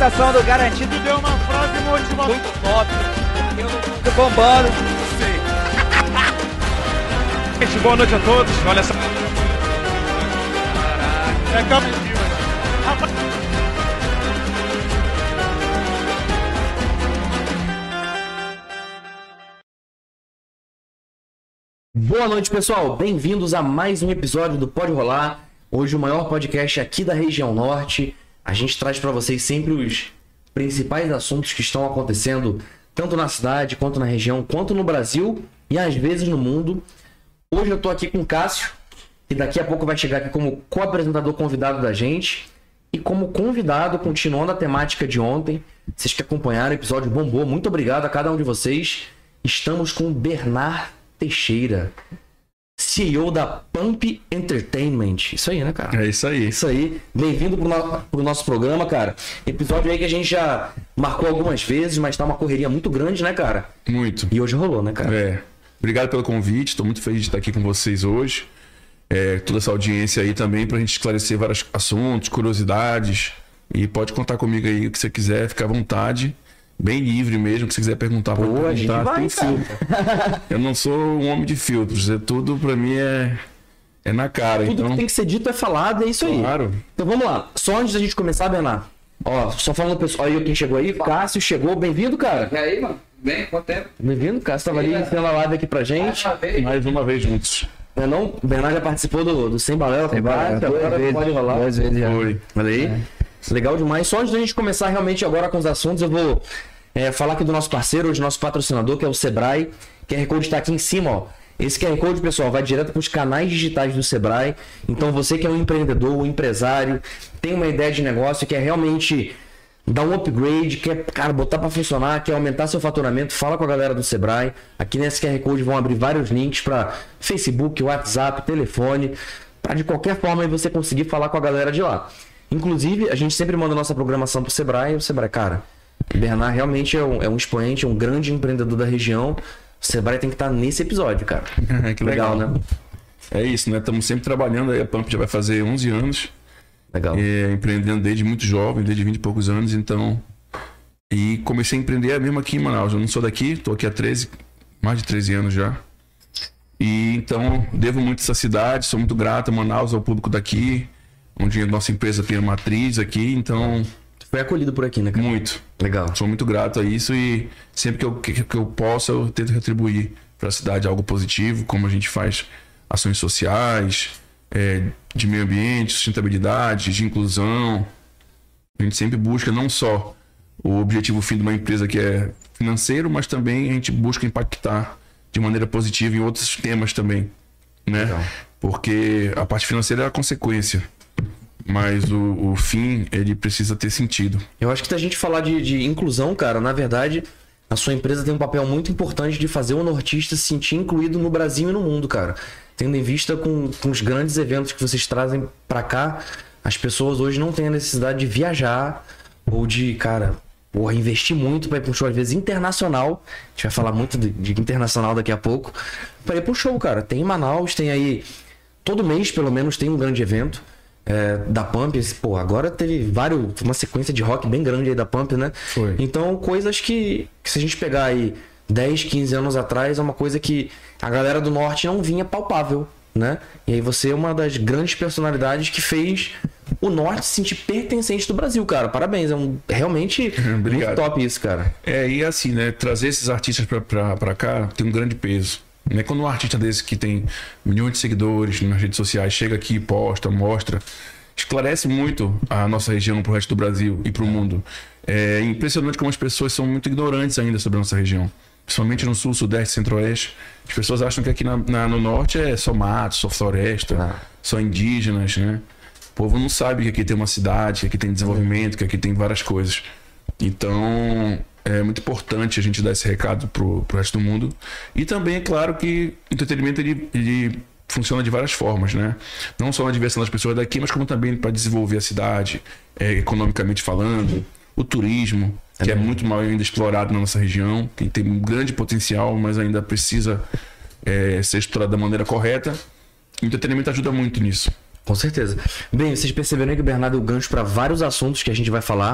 apresentação do Garantido. Tu deu uma frase motivacional. Muito top. Eu não tô bombando. Sim. Gente, boa noite a todos. Olha essa. É captiva. Boa noite, pessoal. Bem-vindos a mais um episódio do Pode Rolar. Hoje o maior podcast aqui da região norte. A gente traz para vocês sempre os principais assuntos que estão acontecendo tanto na cidade, quanto na região, quanto no Brasil e às vezes no mundo. Hoje eu tô aqui com o Cássio, que daqui a pouco vai chegar aqui como co-apresentador convidado da gente. E como convidado, continuando a temática de ontem, vocês que acompanharam, o episódio bombou. Muito obrigado a cada um de vocês. Estamos com o Bernard Teixeira, CEO da Pump Entertainment. Isso aí, né, cara? É isso aí. Isso aí. Bem-vindo pro nosso programa, cara. Episódio aí que a gente já marcou algumas vezes, mas tá uma correria muito grande, né, cara? Muito. E hoje rolou, né, cara? É. Obrigado pelo convite. Estou muito feliz de estar aqui com vocês hoje. Toda essa audiência aí também pra gente esclarecer vários assuntos, curiosidades. E pode contar comigo aí o que você quiser, fica à vontade. Bem livre mesmo, que você quiser perguntar, pode perguntar. A gente vai, tem filtro. Eu não sou um homem de filtros, tudo pra mim é na cara. Tudo então... que tem que ser dito é falado, é isso aí. Claro. Então vamos lá. Só antes da gente começar, Bernardo. Ó, só falando pro pessoal aí, quem chegou aí, Cássio chegou. Bem-vindo, cara. E aí, mano? Bem, quanto tempo? Bem-vindo, Cássio tava ali ensinando a live aqui pra gente. Mais uma vez juntos. Não é não? O Bernardo já participou do Sem Balela, Sem Balela, agora pode rolar. 2 vezes já. Foi. Olha aí. Legal demais. Só antes da gente começar realmente agora com os assuntos, eu vou falar aqui do nosso parceiro, hoje nosso patrocinador, que é o Sebrae. O QR Code está aqui em cima, ó. Esse QR Code, pessoal, vai direto para os canais digitais do Sebrae. Então você que é um empreendedor, um empresário, tem uma ideia de negócio, quer realmente dar um upgrade, quer, cara, botar para funcionar, quer aumentar seu faturamento, fala com a galera do Sebrae. Aqui nesse QR Code vão abrir vários links para Facebook, WhatsApp, telefone, para de qualquer forma aí você conseguir falar com a galera de lá. Inclusive, a gente sempre manda a nossa programação pro Sebrae, e o Sebrae, cara, o Bernard realmente é um expoente, é um grande empreendedor da região. O Sebrae tem que estar nesse episódio, cara. Que legal, né? É isso, né? Estamos sempre trabalhando aí. A Pump já vai fazer 11 anos. Legal. Empreendendo desde muito jovem, desde 20 e poucos anos, então... E comecei a empreender mesmo aqui em Manaus. Eu não sou daqui, estou aqui há mais de 13 anos já. E então, devo muito a essa cidade, sou muito grato a Manaus, ao público daqui, onde a nossa empresa tem uma matriz aqui, então... Foi acolhido por aqui, né, cara? Muito. Legal. Sou muito grato a isso e sempre que eu posso, eu tento retribuir para a cidade algo positivo, como a gente faz ações sociais, de meio ambiente, sustentabilidade, de inclusão. A gente sempre busca não só o objetivo fim de uma empresa que é financeiro, mas também a gente busca impactar de maneira positiva em outros temas também, né? Legal. Porque a parte financeira é a consequência. Mas o fim, ele precisa ter sentido. Eu acho que se a gente falar de inclusão, cara, na verdade, a sua empresa tem um papel muito importante de fazer o nortista se sentir incluído no Brasil e no mundo, cara. Tendo em vista com os grandes eventos que vocês trazem pra cá, as pessoas hoje não têm a necessidade de viajar ou de, cara, investir muito pra ir pra um show, às vezes, internacional. A gente vai falar muito de internacional daqui a pouco. Pra ir pro show, cara. Tem em Manaus, tem aí... Todo mês, pelo menos, tem um grande evento. Da Pump, pô, agora teve uma sequência de rock bem grande aí da Pump, né? Foi. Então, coisas que se a gente pegar aí 10, 15 anos atrás, é uma coisa que a galera do Norte não vinha palpável, né? E aí você é uma das grandes personalidades que fez o Norte se sentir pertencente do Brasil, cara. Parabéns, realmente muito top isso, cara. E assim, né? Trazer esses artistas pra cá tem um grande peso. Né? Quando um artista desse que tem milhões de seguidores nas redes sociais chega aqui, posta, mostra, esclarece muito a nossa região pro resto do Brasil e pro mundo. É impressionante como as pessoas são muito ignorantes ainda sobre a nossa região. Principalmente no sul, sudeste, centro-oeste. As pessoas acham que aqui no norte é só mato, só floresta, só indígenas, né? O povo não sabe que aqui tem uma cidade, que aqui tem desenvolvimento, que aqui tem várias coisas. Então... é muito importante a gente dar esse recado pro resto do mundo. E também é claro que o entretenimento ele funciona de várias formas, né? Não só na diversão das pessoas daqui, mas como também para desenvolver a cidade, economicamente falando, o turismo, que é muito mal ainda explorado na nossa região, que tem um grande potencial, mas ainda precisa ser explorado da maneira correta. O entretenimento ajuda muito nisso. Com certeza. Bem, vocês perceberam aí que o Bernardo deu gancho para vários assuntos que a gente vai falar.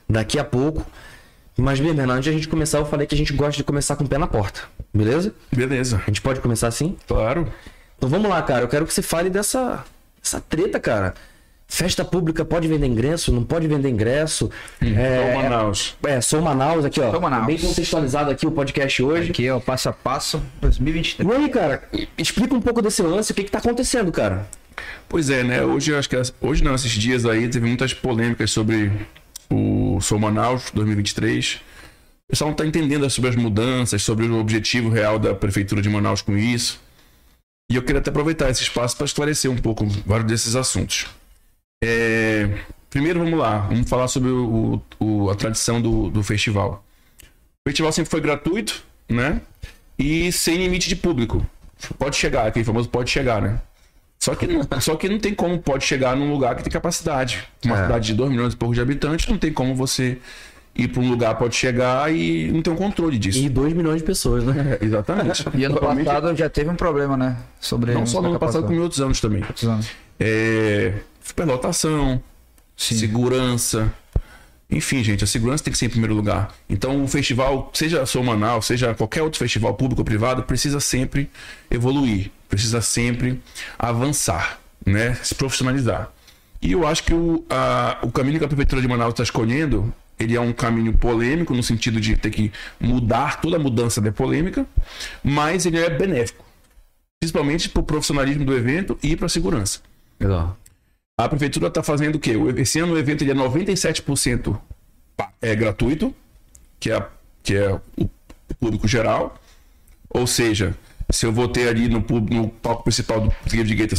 daqui a pouco. Mas, Bernardo, antes de a gente começar, eu falei que a gente gosta de começar com o pé na porta. Beleza? Beleza. A gente pode começar assim? Claro. Então vamos lá, cara. Eu quero que você fale dessa treta, cara. Festa pública pode vender ingresso? Não pode vender ingresso? Sou Manaus. Sou Manaus aqui, ó. Sou Manaus. Bem contextualizado aqui o podcast hoje. Aqui, ó, passo a passo 2023. E aí, cara, explica um pouco desse lance. O que tá acontecendo, cara? Pois é, né? Hoje, eu acho que hoje não, esses dias aí, teve muitas polêmicas sobre o Sou Manaus 2023. O pessoal não está entendendo sobre as mudanças, sobre o objetivo real da Prefeitura de Manaus com isso. E eu queria até aproveitar esse espaço para esclarecer um pouco vários desses assuntos. Primeiro, vamos lá. Vamos falar sobre a tradição do festival. O festival sempre foi gratuito, né? E sem limite de público. Pode chegar, aquele famoso pode chegar, né? Só que não tem como pode chegar num lugar que tem capacidade. Uma cidade de 2 milhões e pouco de habitantes, não tem como você ir para um lugar, pode chegar e não tem um controle disso. E 2 milhões de pessoas, né? Exatamente. E ano passado já teve um problema, né? Sobre não só no ano passado, como em outros anos também. Superlotação, segurança. Enfim, gente, a segurança tem que ser em primeiro lugar. Então, o festival, seja Sou Manaus, seja qualquer outro festival público ou privado, precisa sempre evoluir, precisa sempre avançar, né? Se profissionalizar. E eu acho que o caminho que a Prefeitura de Manaus está escolhendo, ele é um caminho polêmico, no sentido de ter que mudar, toda mudança é polêmica, mas ele é benéfico. Principalmente para o profissionalismo do evento e para a segurança. Legal. A Prefeitura está fazendo o quê? Esse ano o evento ele é 97% gratuito, que é o público geral. Ou seja, se eu vou ter ali no palco principal do Trigueiro de Gueita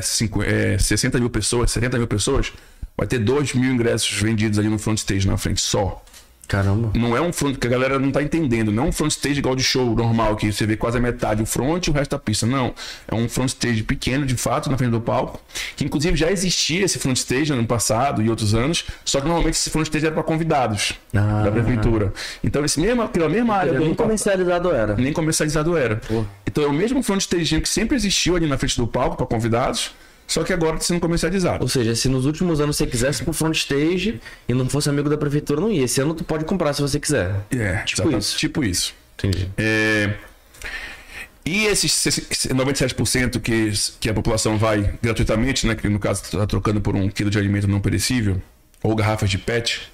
60 mil pessoas, 70 mil pessoas, vai ter 2 mil ingressos vendidos ali no front stage na frente só. Caramba. Não é um front, que a galera não tá entendendo. Não é um front stage igual de show normal, que você vê quase a metade o front e o resto da pista. Não. É um front stage pequeno, de fato, na frente do palco. Que inclusive já existia esse front stage no ano passado e outros anos. Só que normalmente esse front stage era para convidados da prefeitura. Então, aquela mesma área. Nem comercializado era. Nem comercializado era. Então é o mesmo front stage que sempre existiu ali na frente do palco para convidados. Só que agora está sendo comercializado. Ou seja, se nos últimos anos você quisesse pro front stage e não fosse amigo da prefeitura, não ia. Esse ano tu pode comprar se você quiser. Tipo isso. Entendi. E esses 97% que a população vai gratuitamente, né? Que no caso está trocando por 1 quilo de alimento não perecível, ou garrafas de PET,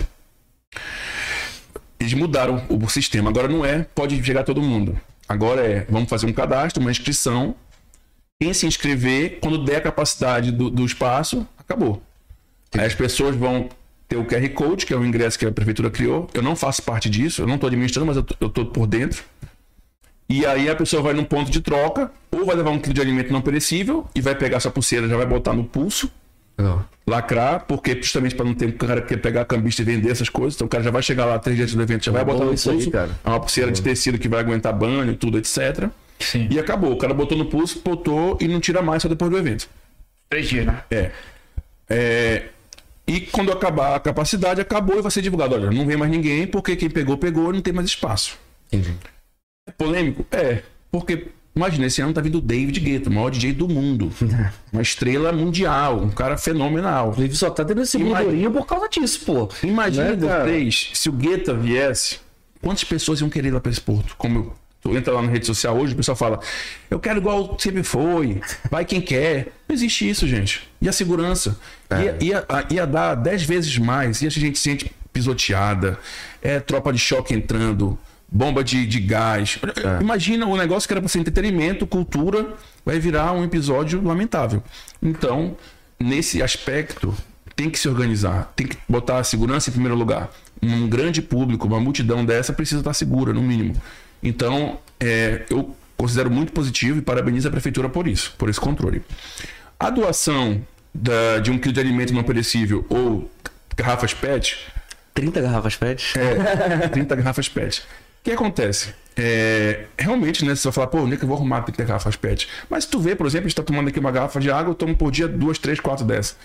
eles mudaram o sistema. Agora não pode chegar todo mundo. Agora vamos fazer um cadastro, uma inscrição. Quem se inscrever, quando der a capacidade do espaço, acabou. Aí as pessoas vão ter o QR Code, que é o ingresso que a prefeitura criou. Eu não faço parte disso, eu não estou administrando, mas eu estou por dentro. E aí a pessoa vai num ponto de troca, ou vai levar 1 quilo de alimento não perecível e vai pegar essa pulseira, já vai botar no pulso, lacrar, porque justamente para não ter um cara que quer pegar a cambista e vender essas coisas. Então o cara já vai chegar lá 3 dias do evento, já vai botar no pulso. Aí, cara. É uma pulseira de tecido que vai aguentar banho, tudo, etc. Sim. E acabou. O cara botou no pulso, botou e não tira mais só depois do evento. 3 dias, né? E quando acabar a capacidade, acabou e vai ser divulgado. Olha, não vem mais ninguém porque quem pegou, não tem mais espaço. Entendi. É polêmico? Porque, imagina, esse ano tá vindo o David Guetta, o maior DJ do mundo. Uma estrela mundial, um cara fenomenal. Inclusive só tá tendo esse burburinho por causa disso, pô. Imagina vocês, se o Guetta viesse, quantas pessoas iam querer ir lá pra esse porto? Como tu entra lá na rede social hoje, o pessoal fala, eu quero igual sempre foi, vai quem quer. Não existe isso, gente. E a segurança? Ia dar 10 vezes mais, e a gente se sente pisoteada, tropa de choque entrando, bomba de gás. Imagina o negócio que era para ser entretenimento, cultura, vai virar um episódio lamentável. Então, nesse aspecto, tem que se organizar, tem que botar a segurança em primeiro lugar. Um grande público, uma multidão dessa precisa estar segura, no mínimo. Então, eu considero muito positivo e parabenizo a prefeitura por isso, por esse controle. A doação de 1 quilo de alimento não perecível ou garrafas PET... 30 garrafas PET? 30 garrafas PET. O que acontece? Realmente, né? Você vai falar, pô, onde é que eu vou arrumar 30 garrafas PET? Mas se tu vê, por exemplo, a gente tá tomando aqui uma garrafa de água, eu tomo por dia 2, 3, 4 dessas.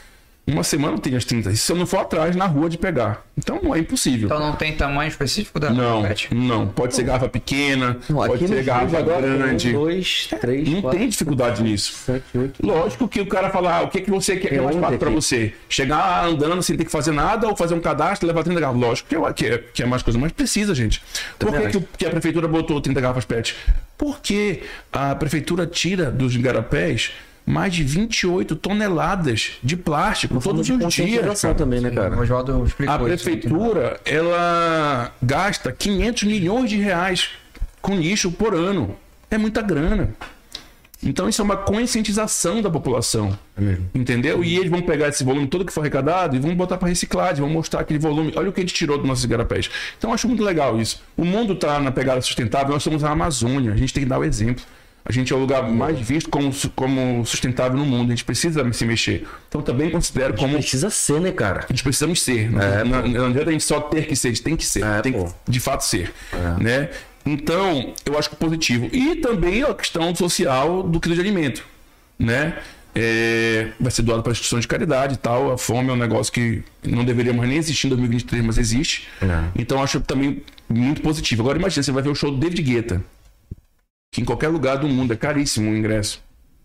Uma semana tem as 30. E se eu não for atrás, na rua de pegar. Então não é impossível. Então não tem tamanho específico da Não, pet? não. Pode ser garrafa pequena, Não, pode aqui ser no garrafa agora, grande. 1, 2, 3, Não 4, tem dificuldade nisso. 7, 8. Lógico que o cara fala, o que você quer que é mais onde fácil pra aqui? você? Chegar andando sem ter que fazer nada ou fazer um cadastro e levar 30 garrafas? Lógico que é mais coisa, mas precisa, gente. Por que a prefeitura botou 30 garrafas PET? Porque a prefeitura tira dos igarapés mais de 28 toneladas de plástico todos os dias. Também, né, cara? O Oswaldo explicou A prefeitura, ela gasta 500 milhões de reais com lixo por ano. É muita grana. Então isso é uma conscientização da população. Entendeu? E eles vão pegar esse volume todo que foi arrecadado e vão botar para reciclagem, vão mostrar aquele volume. Olha o que a gente tirou dos nossos igarapés. Então eu acho muito legal isso. O mundo está na pegada sustentável, nós somos a Amazônia, a gente tem que dar o exemplo. A gente é o lugar mais visto como sustentável no mundo. A gente precisa se mexer. Então também considero como... Precisa ser, né, cara? A gente precisamos ser. Não adianta a gente só ter que ser, a gente tem que ser. Tem que de fato ser. Né? Então, eu acho que é positivo. E também a questão social do quilo de alimento. Né? Vai ser doado para instituições de caridade e tal. A fome é um negócio que não deveria mais nem existir em 2023, mas existe. Então, eu acho também muito positivo. Agora, imagina, você vai ver o show do David Guetta, que em qualquer lugar do mundo é caríssimo o ingresso.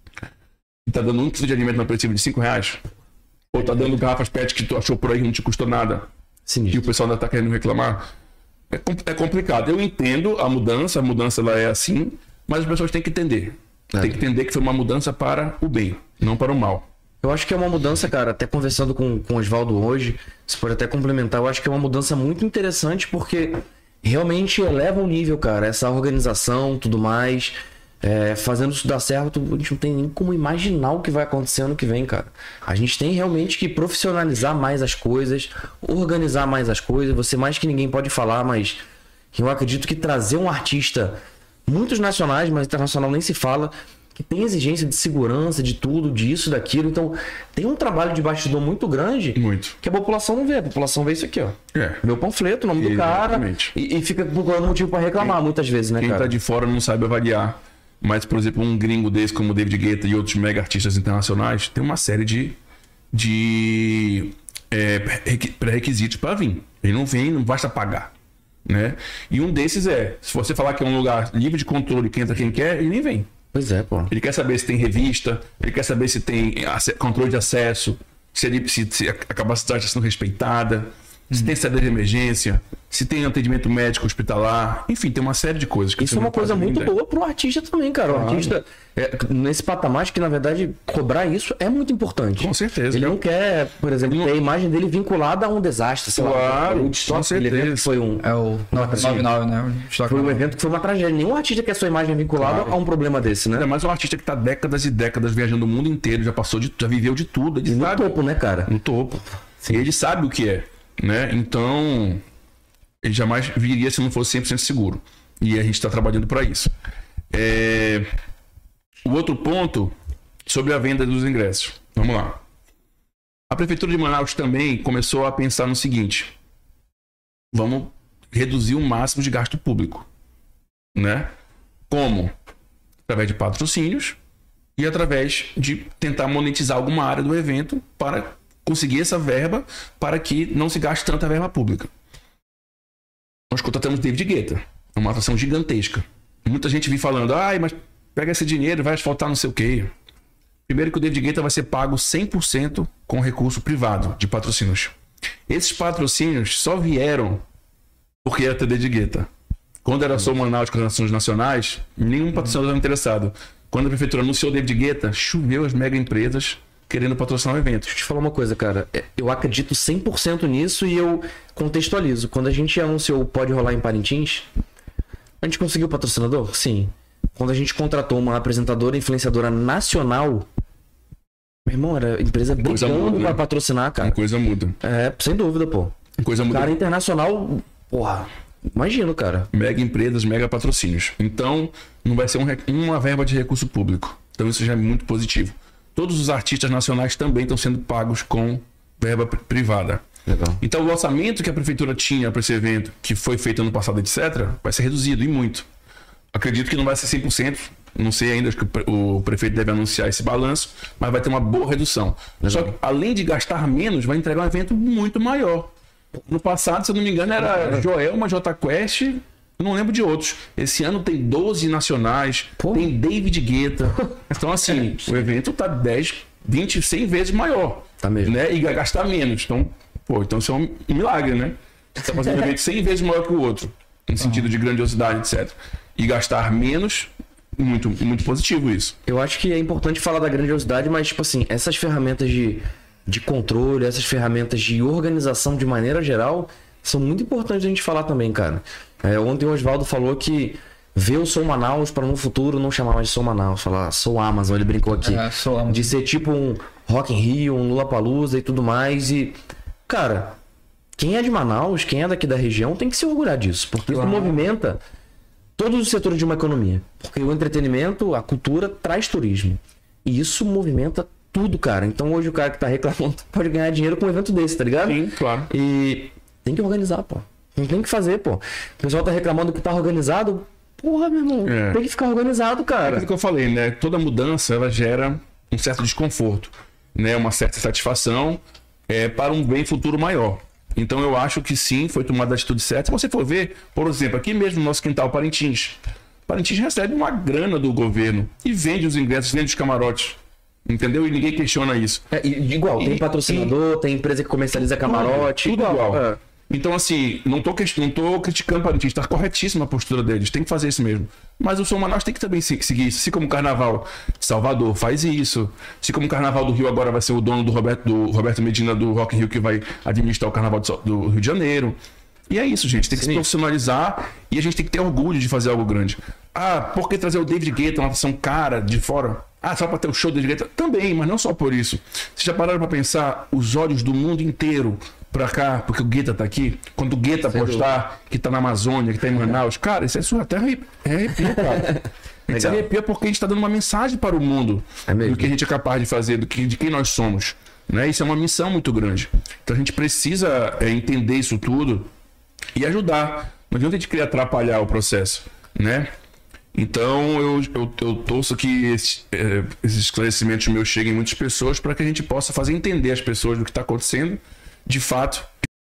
E tá dando 1 quilo de alimento na preço de R$5. Ou tá dando garrafas PET que tu achou por aí que não te custou nada. Sinistro. E o pessoal ainda tá querendo reclamar. É complicado. Eu entendo a mudança ela é assim, mas as pessoas têm que entender. Tem que entender que foi uma mudança para o bem, não para o mal. Eu acho que é uma mudança, cara, até conversando com o Oswaldo hoje, você pode até complementar, eu acho que é uma mudança muito interessante porque realmente eleva o nível, cara, essa organização, tudo mais, fazendo isso dar certo, a gente não tem nem como imaginar o que vai acontecer ano que vem, cara. A gente tem realmente que profissionalizar mais as coisas, organizar mais as coisas, você mais que ninguém pode falar, mas eu acredito que trazer um artista, muitos nacionais, mas internacional nem se fala, que tem exigência de segurança, de tudo, disso, daquilo. Então, tem um trabalho de bastidor muito grande. Muito. Que a população não vê. A população vê isso aqui, ó. Vê o panfleto, o nome do cara. E fica procurando motivo para reclamar muitas vezes, né, quem cara? Quem tá de fora não sabe avaliar. Mas, por exemplo, um gringo desse como o David Guetta e outros mega artistas internacionais tem uma série de pré-requisitos para vir. Ele não vem, não basta pagar. Né? E um desses se você falar que é um lugar livre de controle, quem entra quem quer, ele nem vem. Pois é, pô. Ele quer saber se tem revista, ele quer saber se tem controle de acesso, se a capacidade está sendo respeitada, se tem saída de emergência, se tem atendimento médico hospitalar, enfim, tem uma série de coisas. Isso é uma coisa muito boa pro artista também, cara. O artista, nesse patamar, que na verdade cobrar isso é muito importante. Com certeza. Ele não quer, por exemplo, ter a imagem dele vinculada a um desastre. Sei lá, com certeza. Foi um... É o 999, né? Foi um evento que foi uma tragédia. Nenhum artista quer sua imagem vinculada a um problema desse, né? É mais um artista que tá décadas e décadas viajando o mundo inteiro, já viveu de tudo. Ele no topo, né, cara? No topo. Sim. Ele sabe o que é. Né? Então, ele jamais viria se não fosse 100% seguro. E a gente está trabalhando para isso. O outro ponto, sobre a venda dos ingressos. Vamos lá. A Prefeitura de Manaus também começou a pensar no seguinte: vamos reduzir o máximo de gasto público. Né? Como? Através de patrocínios e através de tentar monetizar alguma área do evento para conseguir essa verba para que não se gaste tanta verba pública. Nós contratamos David Guetta, uma atração gigantesca. Muita gente vem falando, mas pega esse dinheiro e vai asfaltar não sei o quê. Primeiro que o David Guetta vai ser pago 100% com recurso privado de patrocínios. Esses patrocínios só vieram porque era ter David Guetta. Quando era só Manaus com as nações nacionais, nenhum patrocinador estava interessado. Quando a prefeitura anunciou o David Guetta, choveu as mega empresas querendo patrocinar o evento. Deixa eu te falar uma coisa, cara. Eu acredito 100% nisso e eu contextualizo. Quando a gente anunciou o Pode Rolar em Parintins, a gente conseguiu patrocinador? Sim. Quando a gente contratou uma apresentadora influenciadora nacional, meu irmão, era a empresa brigando pra patrocinar, cara. A coisa muda. Sem dúvida, pô. A coisa muda. Cara internacional, porra, imagino, cara. Mega empresas, mega patrocínios. Então, não vai ser uma verba de recurso público. Então, isso já é muito positivo. Todos os artistas nacionais também estão sendo pagos com verba privada. Legal. Então, o orçamento que a prefeitura tinha para esse evento, que foi feito ano passado, etc., vai ser reduzido e muito. Acredito que não vai ser 100%, Não sei ainda, acho que o prefeito deve anunciar esse balanço, mas vai ter uma boa redução. Só que, além de gastar menos, vai entregar um evento muito maior. No passado, se eu não me engano, era Joelma, Jota Quest, eu não lembro de outros. Esse ano tem 12 nacionais, tem David Guetta. Então, assim, o evento tá 10, 20, 100 vezes maior. Tá mesmo. Né? E vai gastar menos. Então, então isso é um milagre, né? Você tá fazendo um evento 100 vezes maior que o outro, no sentido de grandiosidade, etc. E gastar menos, muito, muito positivo isso. Eu acho que é importante falar da grandiosidade, mas, tipo assim, essas ferramentas de controle, essas ferramentas de organização de maneira geral, são muito importantes a gente falar também, cara. Ontem o Oswaldo falou que vê o Sou Manaus para no futuro não chamar mais de Sou Manaus, falar Sou Amazon, ele brincou aqui. Sou Amazon. De ser tipo um Rock in Rio, um Lollapalooza e tudo mais. E, cara, quem é de Manaus, quem é daqui da região, tem que se orgulhar disso, porque isso movimenta todos os setores de uma economia. Porque o entretenimento, a cultura, traz turismo. E isso movimenta tudo, cara. Então hoje o cara que tá reclamando pode ganhar dinheiro com um evento desse, tá ligado? Sim, claro. E tem que organizar, pô. Não tem que fazer, pô. O pessoal tá reclamando que tá organizado. Porra, meu irmão. Tem que ficar organizado, cara. É aquilo que eu falei, né? Toda mudança, ela gera um certo desconforto, né? Uma certa satisfação para um bem futuro maior. Então eu acho que sim, foi tomada a atitude certa. Se você for ver, por exemplo, aqui mesmo no nosso quintal, Parintins. Parintins recebe uma grana do governo e vende os ingressos, vende os camarotes. Entendeu? E ninguém questiona isso. Igual, tem patrocinador, tem empresa que comercializa camarote. Tudo igual. Então, assim, não tô criticando Parintins, tá corretíssima a postura deles, tem que fazer isso mesmo. Mas o Sou Manaus tem que também seguir isso. Se como o Carnaval de Salvador faz isso, se como o Carnaval do Rio agora vai ser o dono do Roberto Medina do Rock in Rio que vai administrar o Carnaval do Rio de Janeiro. E é isso, gente, tem que se profissionalizar e a gente tem que ter orgulho de fazer algo grande. Ah, por que trazer o David Guetta, uma atração cara de fora? Ah, só para ter o show do David Guetta? Também, mas não só por isso. Vocês já pararam para pensar os olhos do mundo inteiro pra cá, porque o Guetta tá aqui? Quando o Guetta postar que tá na Amazônia, que tá em Manaus, cara, isso é sua terra, arrepia, cara. A gente se arrepia porque a gente tá dando uma mensagem para o mundo do que a gente é capaz de fazer, de quem nós somos. Né? Isso é uma missão muito grande. Então a gente precisa entender isso tudo e ajudar. Não adianta a gente querer atrapalhar o processo, né? Então eu torço que esses esclarecimentos meus cheguem a muitas pessoas para que a gente possa fazer entender as pessoas do que está acontecendo de fato.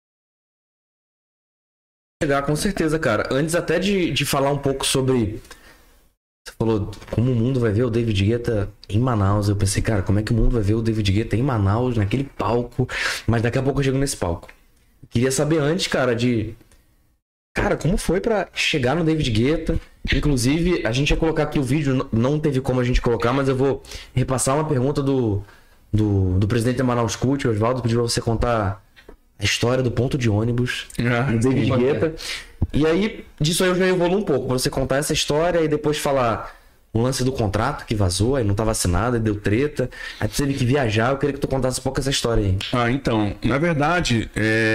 Chegar, com certeza, cara. Antes até de falar um pouco sobre... Você falou como o mundo vai ver o David Guetta em Manaus. Eu pensei, cara, como é que o mundo vai ver o David Guetta em Manaus, naquele palco? Mas daqui a pouco eu chego nesse palco. Queria saber antes, cara, Cara, como foi pra chegar no David Guetta? Inclusive, a gente ia colocar aqui o vídeo, não teve como a gente colocar, mas eu vou repassar uma pergunta do presidente da Manaus Cult, Oswaldo, pediu pra você contar a história do ponto de ônibus do David Guetta. E aí, disso aí eu já evoluo um pouco, pra você contar essa história e depois falar o lance do contrato que vazou, aí não tava assinado, aí deu treta, aí tu teve que viajar. Eu queria que tu contasse um pouco essa história aí. Então, na verdade,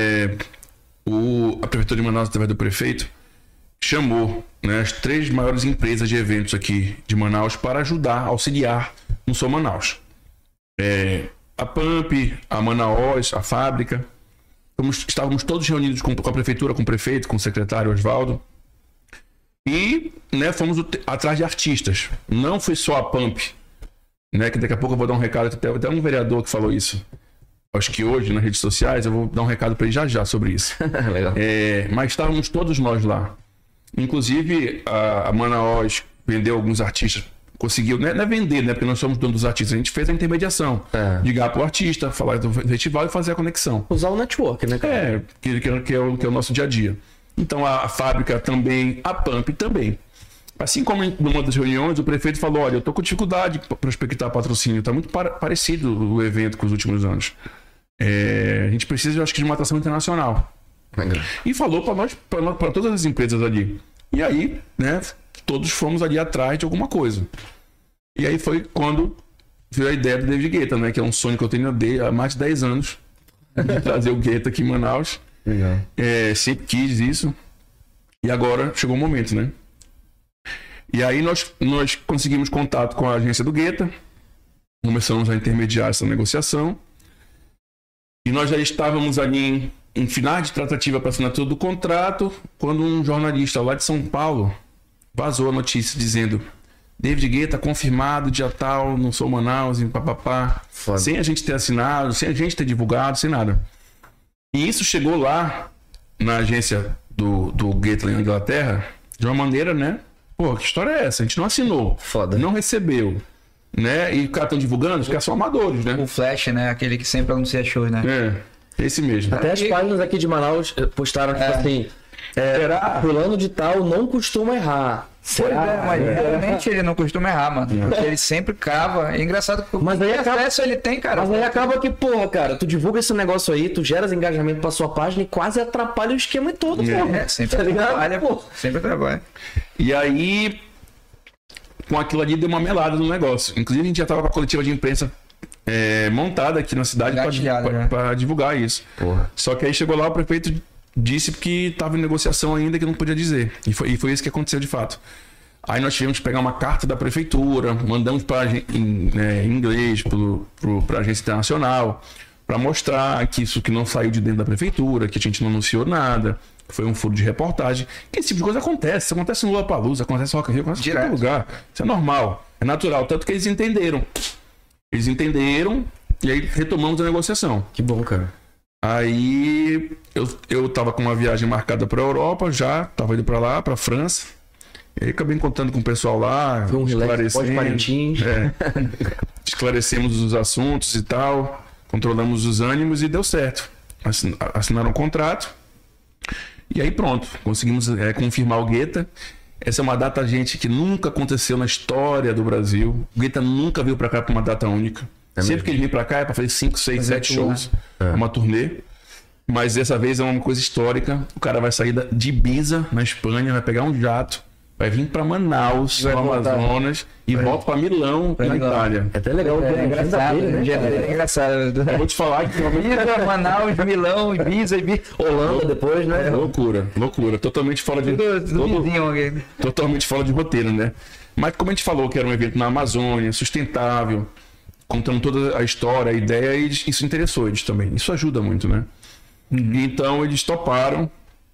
a Prefeitura de Manaus, através do prefeito, chamou, né, as 3 maiores empresas de eventos aqui de Manaus para ajudar, auxiliar no Sou Manaus. A Pump, a Manaus, a Fábrica. Estávamos todos reunidos com a Prefeitura, com o prefeito, com o secretário Oswaldo. E, né, fomos atrás de artistas. Não foi só a Pump, né, que daqui a pouco eu vou dar um recado, até um vereador que falou isso. Acho que hoje, nas redes sociais, eu vou dar um recado para ele já sobre isso. Legal. Mas estávamos todos nós lá. Inclusive, a Manaus vendeu alguns artistas. Conseguiu, não é vender, né? Porque nós somos donos dos artistas. A gente fez a intermediação. Ligar pro artista, falar do festival e fazer a conexão. Usar o network, né, cara? Que é o nosso dia a dia. Então, a Fábrica também, a Pump também. Assim como numa das reuniões, o prefeito falou, olha, eu tô com dificuldade para prospectar patrocínio. Tá muito parecido o evento com os últimos anos. A gente precisa, eu acho que, de uma atração internacional. E falou para todas as empresas ali. E aí, né, todos fomos ali atrás de alguma coisa. E aí foi quando veio a ideia do David Guetta, né, que é um sonho que eu tenho há mais de 10 anos, de trazer o Guetta aqui em Manaus. Legal. Sempre quis isso. E agora chegou o momento, né? E aí nós conseguimos contato com a agência do Guetta, começamos a intermediar essa negociação. E nós já estávamos ali em finais de tratativa para assinatura do contrato, quando um jornalista lá de São Paulo vazou a notícia dizendo: David Guetta confirmado, dia tal, não sou Manaus, em papapá. Foda. Sem a gente ter assinado, sem a gente ter divulgado, sem nada. E isso chegou lá na agência do Guetta na Inglaterra de uma maneira, né? Pô, que história é essa? A gente não assinou. Foda. Não recebeu. Né? E os caras estão divulgando, os caras são amadores, né? O Flash, né? Aquele que sempre anuncia shows, né? É, esse mesmo. Até as páginas aqui de Manaus postaram, tipo assim... fulano de tal não costuma errar. Pois é, mas realmente ele não costuma errar, mano. Porque ele sempre crava. É engraçado que Mas aí acaba- acesso ele tem, cara. Mas aí acaba que, porra, cara, tu divulga esse negócio aí, tu geras engajamento pra sua página e quase atrapalha o esquema todo, porra. É, sempre Tá ligado? trabalha, Pô. sempre trabalha. E aí, com aquilo ali, deu uma melada no negócio. Inclusive, a gente já tava com a coletiva de imprensa montada aqui na cidade Engatilhada, né? pra divulgar isso. Porra. Só que aí chegou lá, o prefeito disse que tava em negociação ainda, que não podia dizer. E foi isso que aconteceu de fato. Aí nós tivemos que pegar uma carta da prefeitura, mandamos em inglês para a agência internacional, para mostrar que isso que não saiu de dentro da prefeitura, que a gente não anunciou nada, foi um furo de reportagem. Que esse tipo de coisa acontece. Isso acontece no Lollapalooza, acontece no Rock in Rio, acontece em qualquer lugar. Isso é normal, é natural. Tanto que eles entenderam. Eles entenderam e aí retomamos a negociação. Que bom, cara. Aí eu tava com uma viagem marcada para a Europa, já tava indo para lá, para França. E aí acabei encontrando com o pessoal lá, Foi um relax pós-Parintins. esclarecemos os assuntos e tal, controlamos os ânimos e deu certo. Assinaram um contrato e aí pronto, conseguimos confirmar o Guetta. Essa é uma data, gente, que nunca aconteceu na história do Brasil. O Guetta nunca veio para cá para uma data única. Sempre que ele vem para cá é para fazer 5, 6, 7 shows, uma turnê. Mas dessa vez é uma coisa histórica. O cara vai sair de Ibiza, na Espanha, vai pegar um jato, vai vir para Manaus, no Amazonas, e volta para Milão, na Itália. É até legal. É engraçado, né? É engraçado. Eu vou te falar que Ibiza, Manaus, Milão, Ibiza. Holanda depois, né? loucura. Totalmente fora de Tudo vizinho aqui. totalmente fora de roteiro, né? Mas como a gente falou que era um evento na Amazônia, sustentável, contando toda a história, a ideia, e isso interessou eles também. Isso ajuda muito, né? Então eles toparam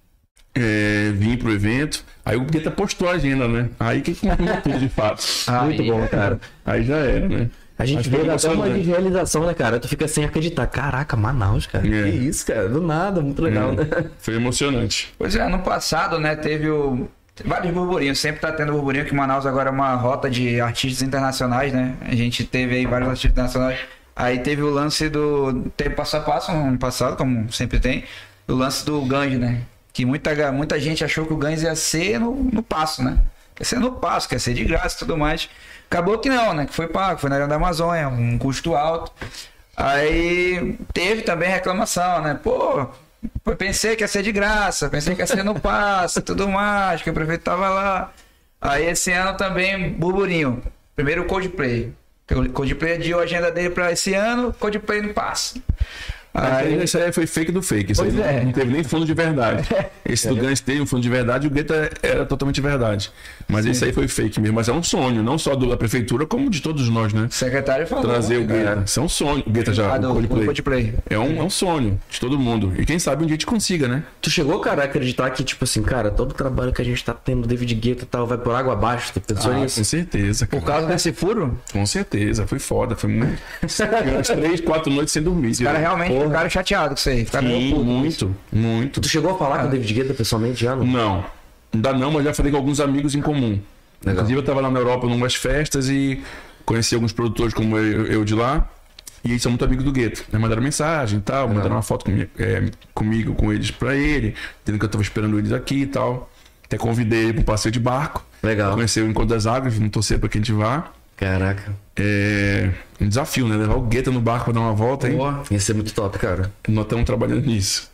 vir pro evento. Aí o Guetta postou a agenda, né? Aí que confirmou tudo de fato. Muito bom, cara. Aí já era, né? A gente Mas vê foi até uma emocionante. realização, né, cara? Tu fica sem acreditar. Caraca, Manaus, cara. É. Que isso, cara? Do nada, muito legal, né? Foi emocionante. Pois é, ano passado, né, teve vários burburinhos. Sempre tá tendo burburinho que Manaus agora é uma rota de artistas internacionais, né? A gente teve aí vários artistas internacionais. Aí teve o lance teve passo a passo no ano passado, como sempre tem, o lance do Ganges, né? Que muita gente achou que o Ganges ia ser no passo, né? Quer ser no passo, quer ser de graça e tudo mais. Acabou que não, né? Que foi pago, foi na Grande Amazônia, um custo alto. Aí teve também reclamação, né? Pô, eu pensei que ia ser de graça, pensei que ia ser no passo e tudo mais, que o prefeito tava lá. Aí esse ano também, burburinho. Primeiro o Coldplay. O Coldplay adiou a agenda dele pra esse ano, Coldplay no passo. Aí, Isso aí foi fake do fake. Isso aí Pois é. não teve nem fundo de verdade. Esse do Guns teve um fundo de verdade e o Guetta era totalmente verdade. Mas esse aí foi fake mesmo. Mas é um sonho, não só da prefeitura, como de todos nós, né? o secretário falou. Trazer o Guetta. Isso é um sonho. O Guetta já, do o Coldplay. É um sonho de todo mundo. E quem sabe um dia a gente consiga, né? Tu chegou, cara, a acreditar que, tipo assim, cara, todo o trabalho que a gente tá tendo, David Guetta e tal, vai por água abaixo? Tu pensou nisso? Com certeza, cara. Por causa desse furo, Com certeza. Foi foda. Foi muito. Umas 3, 4 noites sem dormir. o cara realmente ficaram chateados com isso aí. Ficaram meio putos. Muito. Tu chegou a falar com o David Guetta pessoalmente já, não? Não, ainda não, mas já falei com alguns amigos em comum. Legal. Inclusive eu tava lá na Europa em umas festas e conheci alguns produtores como eu de lá. E eles são muito amigos do Guetta. Me mandaram mensagem e tal, mandaram uma foto comigo, com eles pra ele, dizendo que eu tava esperando eles aqui e tal. Até convidei ele pro passeio de barco. Legal. Conhecer o Encontro das Águas, vamos torcer pra que a gente vá. Caraca. É um desafio, né? Levar o Guetta no barco pra dar uma volta, hein? Ia ser muito top, cara. Nós estamos trabalhando nisso.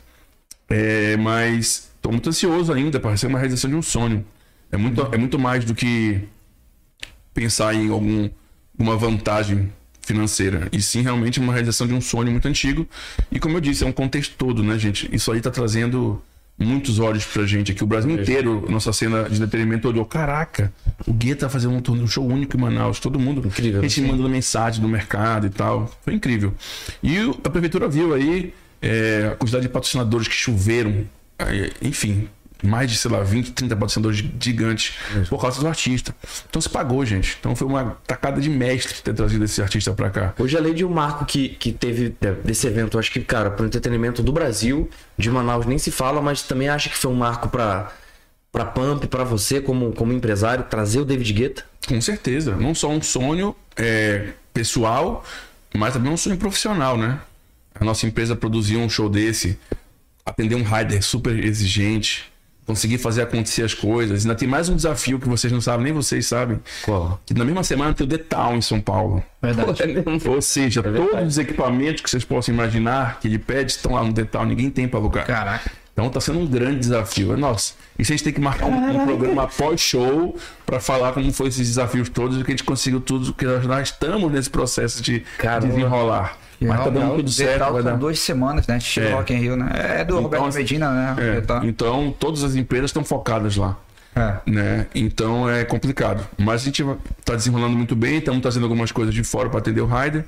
Mas estou muito ansioso ainda para ser uma realização de um sonho. É muito mais do que pensar em alguma vantagem financeira. E sim, realmente, uma realização de um sonho muito antigo. E como eu disse, é um contexto todo, né, gente? Isso aí está trazendo muitos olhos pra gente aqui. O Brasil inteiro, nossa cena de entretenimento olhou. Caraca, o Guetta tá fazendo um show único em Manaus. Todo mundo. Incrível. A gente mandando mensagem do mercado e tal. Foi incrível. E a prefeitura viu aí a quantidade de patrocinadores que choveram. Enfim, mais de, sei lá, 20, 30 patrocinadores gigantes por causa do artista. Então se pagou, gente. Então foi uma tacada de mestre ter trazido esse artista pra cá. Hoje, além de um marco que teve desse evento, eu acho que, cara, pro entretenimento do Brasil, de Manaus nem se fala, mas também acho que foi um marco pra Pump, pra você como empresário, trazer o David Guetta. Com certeza. Não só um sonho pessoal, mas também um sonho profissional, né? A nossa empresa produzir um show desse, atender um rider super exigente, conseguir fazer acontecer as coisas. Ainda tem mais um desafio que vocês não sabem, nem vocês sabem. Qual? Que na mesma semana tem o The Town em São Paulo. Verdade. Ou seja, todos os equipamentos que vocês possam imaginar que ele pede estão lá no The Town, ninguém tem para alugar. Caraca. Então tá sendo um grande desafio. Nossa, e se a gente tem que marcar um programa pós-show para falar como foi esses desafios todos e que a gente conseguiu tudo, que nós estamos nesse processo de desenrolar. Mas tá dando tudo certo. Vai dar 2 semanas, né? Chegou Rock in Rio, né? É do Roberto Medina, né? Então todas as empresas estão focadas lá. Né? Então é complicado. Mas a gente tá desenrolando muito bem, estamos trazendo algumas coisas de fora para atender o rider.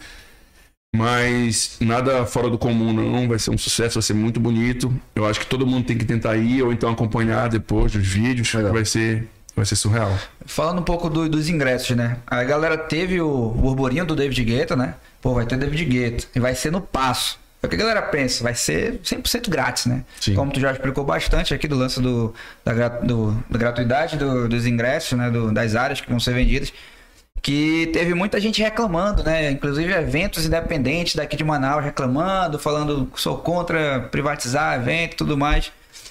Mas nada fora do comum, não. Vai ser um sucesso, vai ser muito bonito. Eu acho que todo mundo tem que tentar ir ou então acompanhar depois dos vídeos. Vai ser surreal. Falando um pouco dos ingressos, né? A galera teve o burburinho do David Guetta, né? Pô, vai ter David Guetta. E vai ser no Passo. É o que a galera pensa, vai ser 100% grátis, né? Sim. Como tu já explicou bastante aqui do lance da gratuidade dos ingressos, né? Das áreas que vão ser vendidas. Que teve muita gente reclamando, né? Inclusive eventos independentes daqui de Manaus reclamando, falando que sou contra privatizar evento e tudo mais.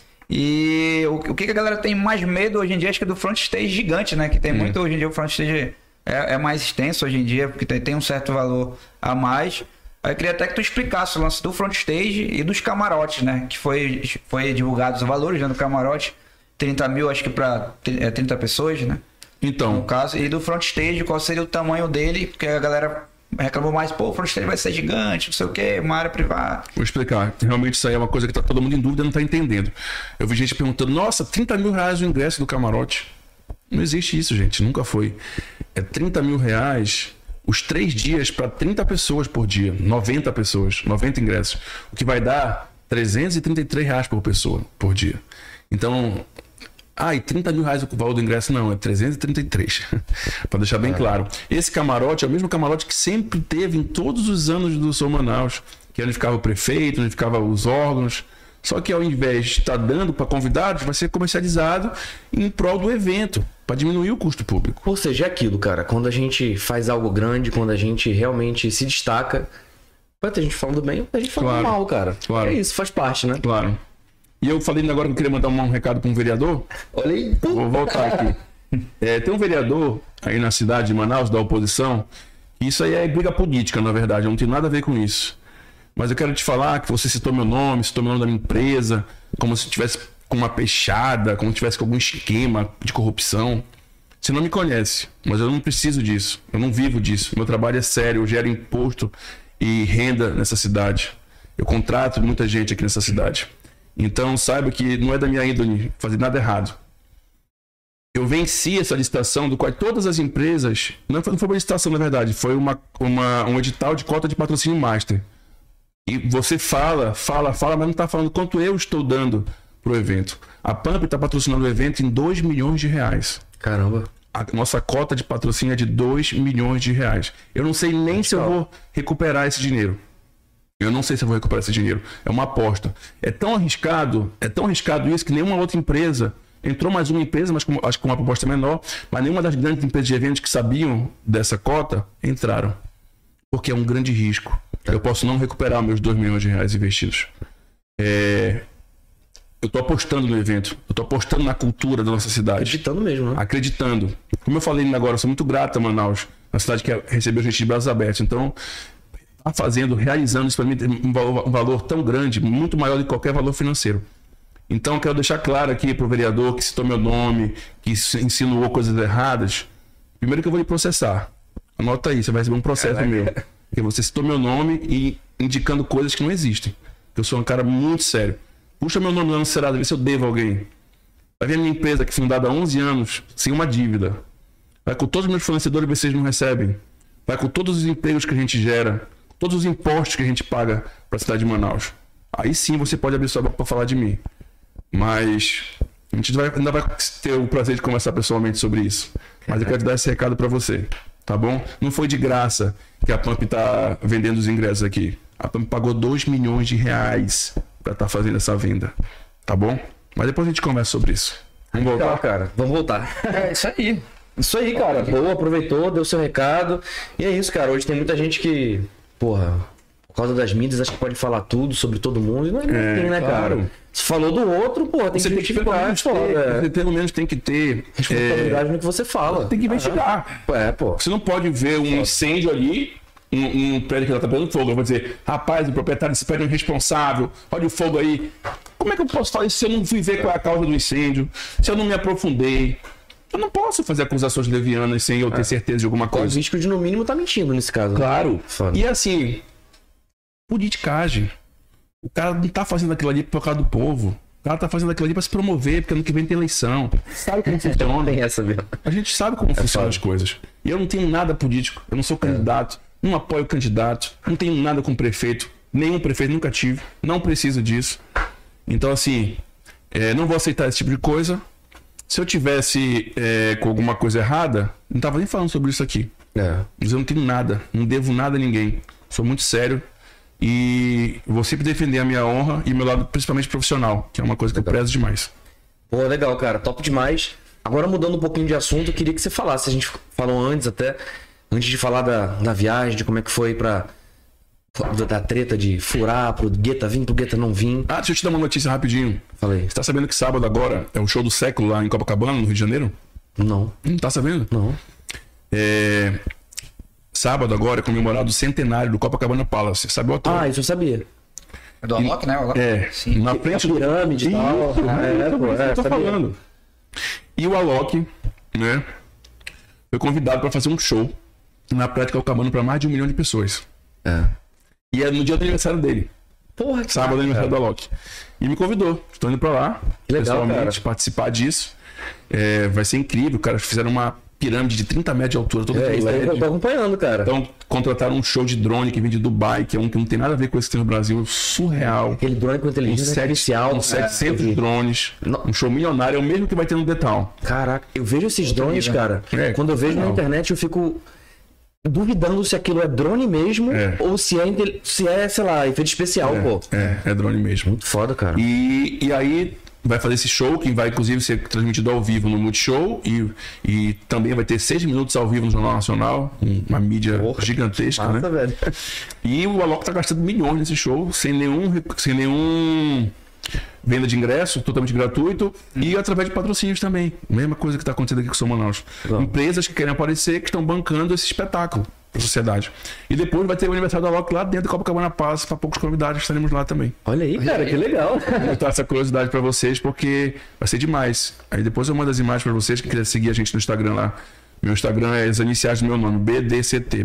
E o que a galera tem mais medo hoje em dia, acho que é do front stage gigante, né? Que tem muito hoje em dia, o front stage é mais extenso hoje em dia, porque tem um certo valor a mais. Aí eu queria até que tu explicasse o lance do front stage e dos camarotes, né? Que foi divulgado os valores, né? Do camarote, 30 mil, acho que para 30 pessoas, né? Então, No caso, e do front stage, qual seria o tamanho dele? Porque a galera reclamou mais, pô, o front stage vai ser gigante, não sei o que, uma área privada. vou explicar. Realmente isso aí é uma coisa que tá todo mundo em dúvida e não tá entendendo. Eu vi gente perguntando, nossa, 30 mil reais o ingresso do camarote. Não existe isso, gente, nunca foi. É 30 mil reais os 3 dias para 30 pessoas por dia, 90 pessoas, 90 ingressos. O que vai dar 333 reais por pessoa por dia. Então... e 30 mil reais o valor do ingresso? Não, é 333. Para deixar bem claro. Esse camarote é o mesmo camarote que sempre teve em todos os anos do Sou Manaus. Que é onde ficava o prefeito, onde ficavam os órgãos. Só que ao invés de estar dando para convidados, vai ser comercializado em prol do evento, para diminuir o custo público. Ou seja, é aquilo, cara. Quando a gente faz algo grande, quando a gente realmente se destaca, vai ter gente falando bem, vai ter gente falando mal, cara. Claro. É isso, faz parte, né? Claro. E eu falei agora que eu queria mandar um recado para um vereador. Olha aí. Vou voltar aqui. Tem um vereador aí na cidade de Manaus, da oposição, e isso aí é briga política, na verdade, não tem nada a ver com isso. Mas eu quero te falar que você citou meu nome, citou o nome da minha empresa, como se tivesse com uma peixada, como se tivesse com algum esquema de corrupção. Você não me conhece, mas eu não preciso disso, eu não vivo disso. Meu trabalho é sério, eu gero imposto e renda nessa cidade. Eu contrato muita gente aqui nessa cidade. Então saiba que não é da minha índole fazer nada errado. Eu venci essa licitação do qual todas as empresas... Não foi uma licitação, na verdade. Foi um edital de cota de patrocínio master. E você fala, mas não está falando quanto eu estou dando pro evento. A Pump está patrocinando o evento em 2 milhões de reais. Caramba. A nossa cota de patrocínio é de 2 milhões de reais. Eu não sei nem se eu vou recuperar esse dinheiro. Eu não sei se eu vou recuperar esse dinheiro. É uma aposta. É tão arriscado isso que nenhuma outra empresa... Entrou mais uma empresa, mas acho que com uma proposta menor, mas nenhuma das grandes empresas de eventos que sabiam dessa cota entraram. Porque é um grande risco. Eu posso não recuperar meus 2 milhões de reais investidos. Eu estou apostando no evento. Eu estou apostando na cultura da nossa cidade. Acreditando mesmo, né? Acreditando. Como eu falei agora, eu sou muito grato a Manaus. Uma cidade que recebeu gente de braços abertos. Então, realizando isso para mim tem um valor tão grande, muito maior do que qualquer valor financeiro. Então, eu quero deixar claro aqui para o vereador que citou meu nome, que insinuou coisas erradas. Primeiro que eu vou lhe processar. Anota aí, você vai receber um processo meu. Porque você citou meu nome e indicando coisas que não existem. Eu sou um cara muito sério. Puxa meu nome lá no Serasa, vê se eu devo a alguém. Vai ver a minha empresa que é fundada há 11 anos, sem uma dívida. Vai com todos os meus fornecedores ver se eles não recebem. Vai com todos os empregos que a gente gera, todos os impostos que a gente paga para a cidade de Manaus. Aí sim você pode abrir sua boca para falar de mim. Mas A gente ainda vai ter o prazer de conversar pessoalmente sobre isso. Mas eu quero te dar esse recado pra você, tá bom? Não foi de graça que a Pump tá vendendo os ingressos aqui. A Pump pagou 2 milhões de reais pra estar fazendo essa venda, tá bom? Mas depois a gente conversa sobre isso. Vamos voltar? Legal, cara. Vamos voltar. É isso aí. Isso aí, cara. Boa, aproveitou, deu seu recado. E é isso, cara. Hoje tem muita gente que, porra, por causa das mídias, acho que pode falar tudo sobre todo mundo. E não é assim, né, claro. cara? Se falou do outro, porra, tem Você que tem que pelo justificar. menos ter, você pelo menos tem que ter Responsabilidade no que você fala. tem que investigar. É, pô. Você não pode ver um incêndio ali, um prédio que ela tá pegando fogo. Eu vou dizer, rapaz, o proprietário desse prédio é irresponsável, olha o fogo aí. Como é que eu posso falar isso se eu não fui ver qual é a causa do incêndio? Se eu não me aprofundei? Eu não posso fazer acusações levianas sem eu ter certeza de alguma O coisa. risco de, no mínimo, tá mentindo nesse caso. Claro. Foda. E assim, politicagem. O cara não tá fazendo aquilo ali por causa do povo. O cara tá fazendo aquilo ali pra se promover, porque ano que vem tem eleição. Sabe como funciona? Tem essa mesmo. A gente sabe como funcionam as coisas. E eu não tenho nada político. Eu não sou candidato. Não apoio candidato. Não tenho nada com prefeito. Nenhum prefeito nunca tive. Não preciso disso. Então, assim, não vou aceitar esse tipo de coisa. Se eu tivesse com alguma coisa errada, não tava nem falando sobre isso aqui. Mas eu não tenho nada. Não devo nada a ninguém. Sou muito sério. E vou sempre defender a minha honra e meu lado principalmente profissional, que é uma coisa que eu prezo demais. Pô, legal, cara. Top demais. Agora, mudando um pouquinho de assunto, eu queria que você falasse. A gente falou antes até, antes de falar da viagem, de como é que foi da treta de furar pro Guetta vir, pro Guetta não vir. Ah, deixa eu te dar uma notícia rapidinho. Falei. Você tá sabendo que sábado agora é o show do século lá em Copacabana, no Rio de Janeiro? Não. Não tá sabendo? Não. Sábado agora é comemorado o centenário do Copacabana Palace. Sabe o hotel? Ah, isso eu sabia. É do Alok, né? O Alok. Sim. Na frente do pirâmide e tal. eu tô sabia. falando. E o Alok, né, foi convidado para fazer um show na Praia de Copacabana para mais de 1 milhão de pessoas. E é no dia do aniversário dele. Porra, que Sábado é aniversário do Alok. E me convidou. Estou indo para lá, Que legal, pessoalmente, cara. participar disso. Vai ser incrível. Cara, fizeram uma pirâmide de 30 metros de altura, toda com isso aí eu LED. tô acompanhando, cara. Então, contrataram um show de drone que vem de Dubai, que é um que não tem nada a ver com esse que tem no Brasil, surreal. Aquele drone com inteligência artificial. Com 700 drones. Não. Um show milionário, é o mesmo que vai ter no The Town. Caraca, eu vejo esses drones, cara. Quando eu vejo na legal. internet, eu fico duvidando se aquilo é drone mesmo ou se é, sei lá, efeito especial, pô. É drone mesmo. Muito foda, cara. E aí vai fazer esse show, que vai inclusive ser transmitido ao vivo no Multishow e também vai ter 6 minutos ao vivo no Jornal Nacional, uma mídia gigantesca, Massa, né? velho. E o Alok tá gastando milhões nesse show, sem nenhum venda de ingresso, totalmente gratuito e através de patrocínios também. Mesma coisa que tá acontecendo aqui com o São Manaus. Empresas que querem aparecer, que estão bancando esse espetáculo para a sociedade. E depois vai ter o aniversário da Alok lá dentro do Copacabana Palace, para poucos convidados, estaremos lá também. Olha aí, cara, que legal. Vou botar essa curiosidade para vocês, porque vai ser demais. Aí depois eu mando as imagens para vocês que quiserem seguir a gente no Instagram lá. Meu Instagram é as iniciais do meu nome, BDCT.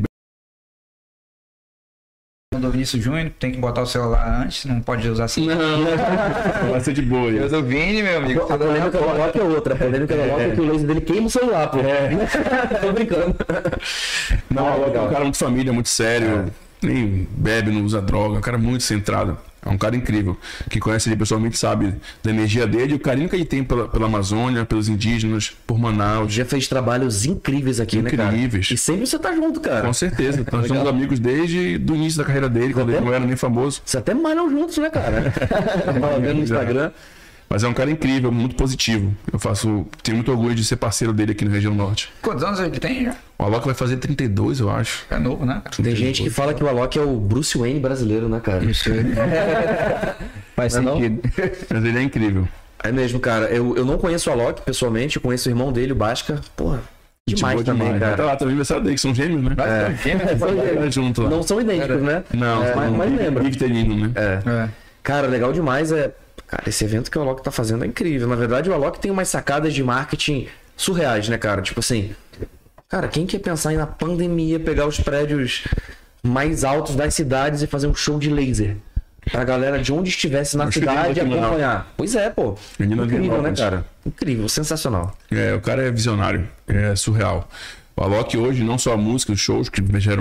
Do Vinícius Júnior, tem que botar o celular antes, não pode usar assim. Não, vai ser de boa. Eu do Vini, meu amigo. A polêmica do Alok é outra. A polêmica do Alok é que o laser dele queima o celular, pô. Tô brincando. Não, o Alok é um cara muito família, muito sério. Nem bebe, não usa droga. É um cara muito centrado. É um cara incrível. Quem conhece ele pessoalmente sabe da energia dele e o carinho que ele tem pela Amazônia, pelos indígenas, por Manaus. Já fez trabalhos incríveis aqui, né, cara? Incríveis. E sempre você tá junto, cara. Com certeza. Nós somos amigos desde o início da carreira dele, quando ele não era nem famoso. Você até malham juntos, né, cara? Tava vendo no Instagram. Mas é um cara incrível, muito positivo. Tenho muito orgulho de ser parceiro dele aqui na região norte. Quantos anos ele tem já? O Alok vai fazer 32, eu acho. É novo, né? Tem gente que fala que o Alok é o Bruce Wayne brasileiro, né, cara? Isso. Faz Não é não? sentido. Mas ele é incrível. É mesmo, cara. Eu não conheço o Alok pessoalmente, eu conheço o irmão dele, o Basca. Porra, demais Boa também, Tá cara. lá, também aniversário dele, que são gêmeos, né? É junto lá. Não são idênticos, né? Não, mas lembra. Victorino, né? É. Cara, legal demais Cara, esse evento que o Alok tá fazendo é incrível. Na verdade, o Alok tem umas sacadas de marketing surreais, né, cara? Tipo assim, cara, quem quer pensar em na pandemia pegar os prédios mais altos das cidades e fazer um show de laser? Pra galera de onde estivesse na Eu cheguei cidade aqui, acompanhar. Pois é, pô. Menino Incrível, né, Vianópolis. cara? Incrível, sensacional. O cara é visionário, é surreal. O Alok hoje, não só a música, os shows que geram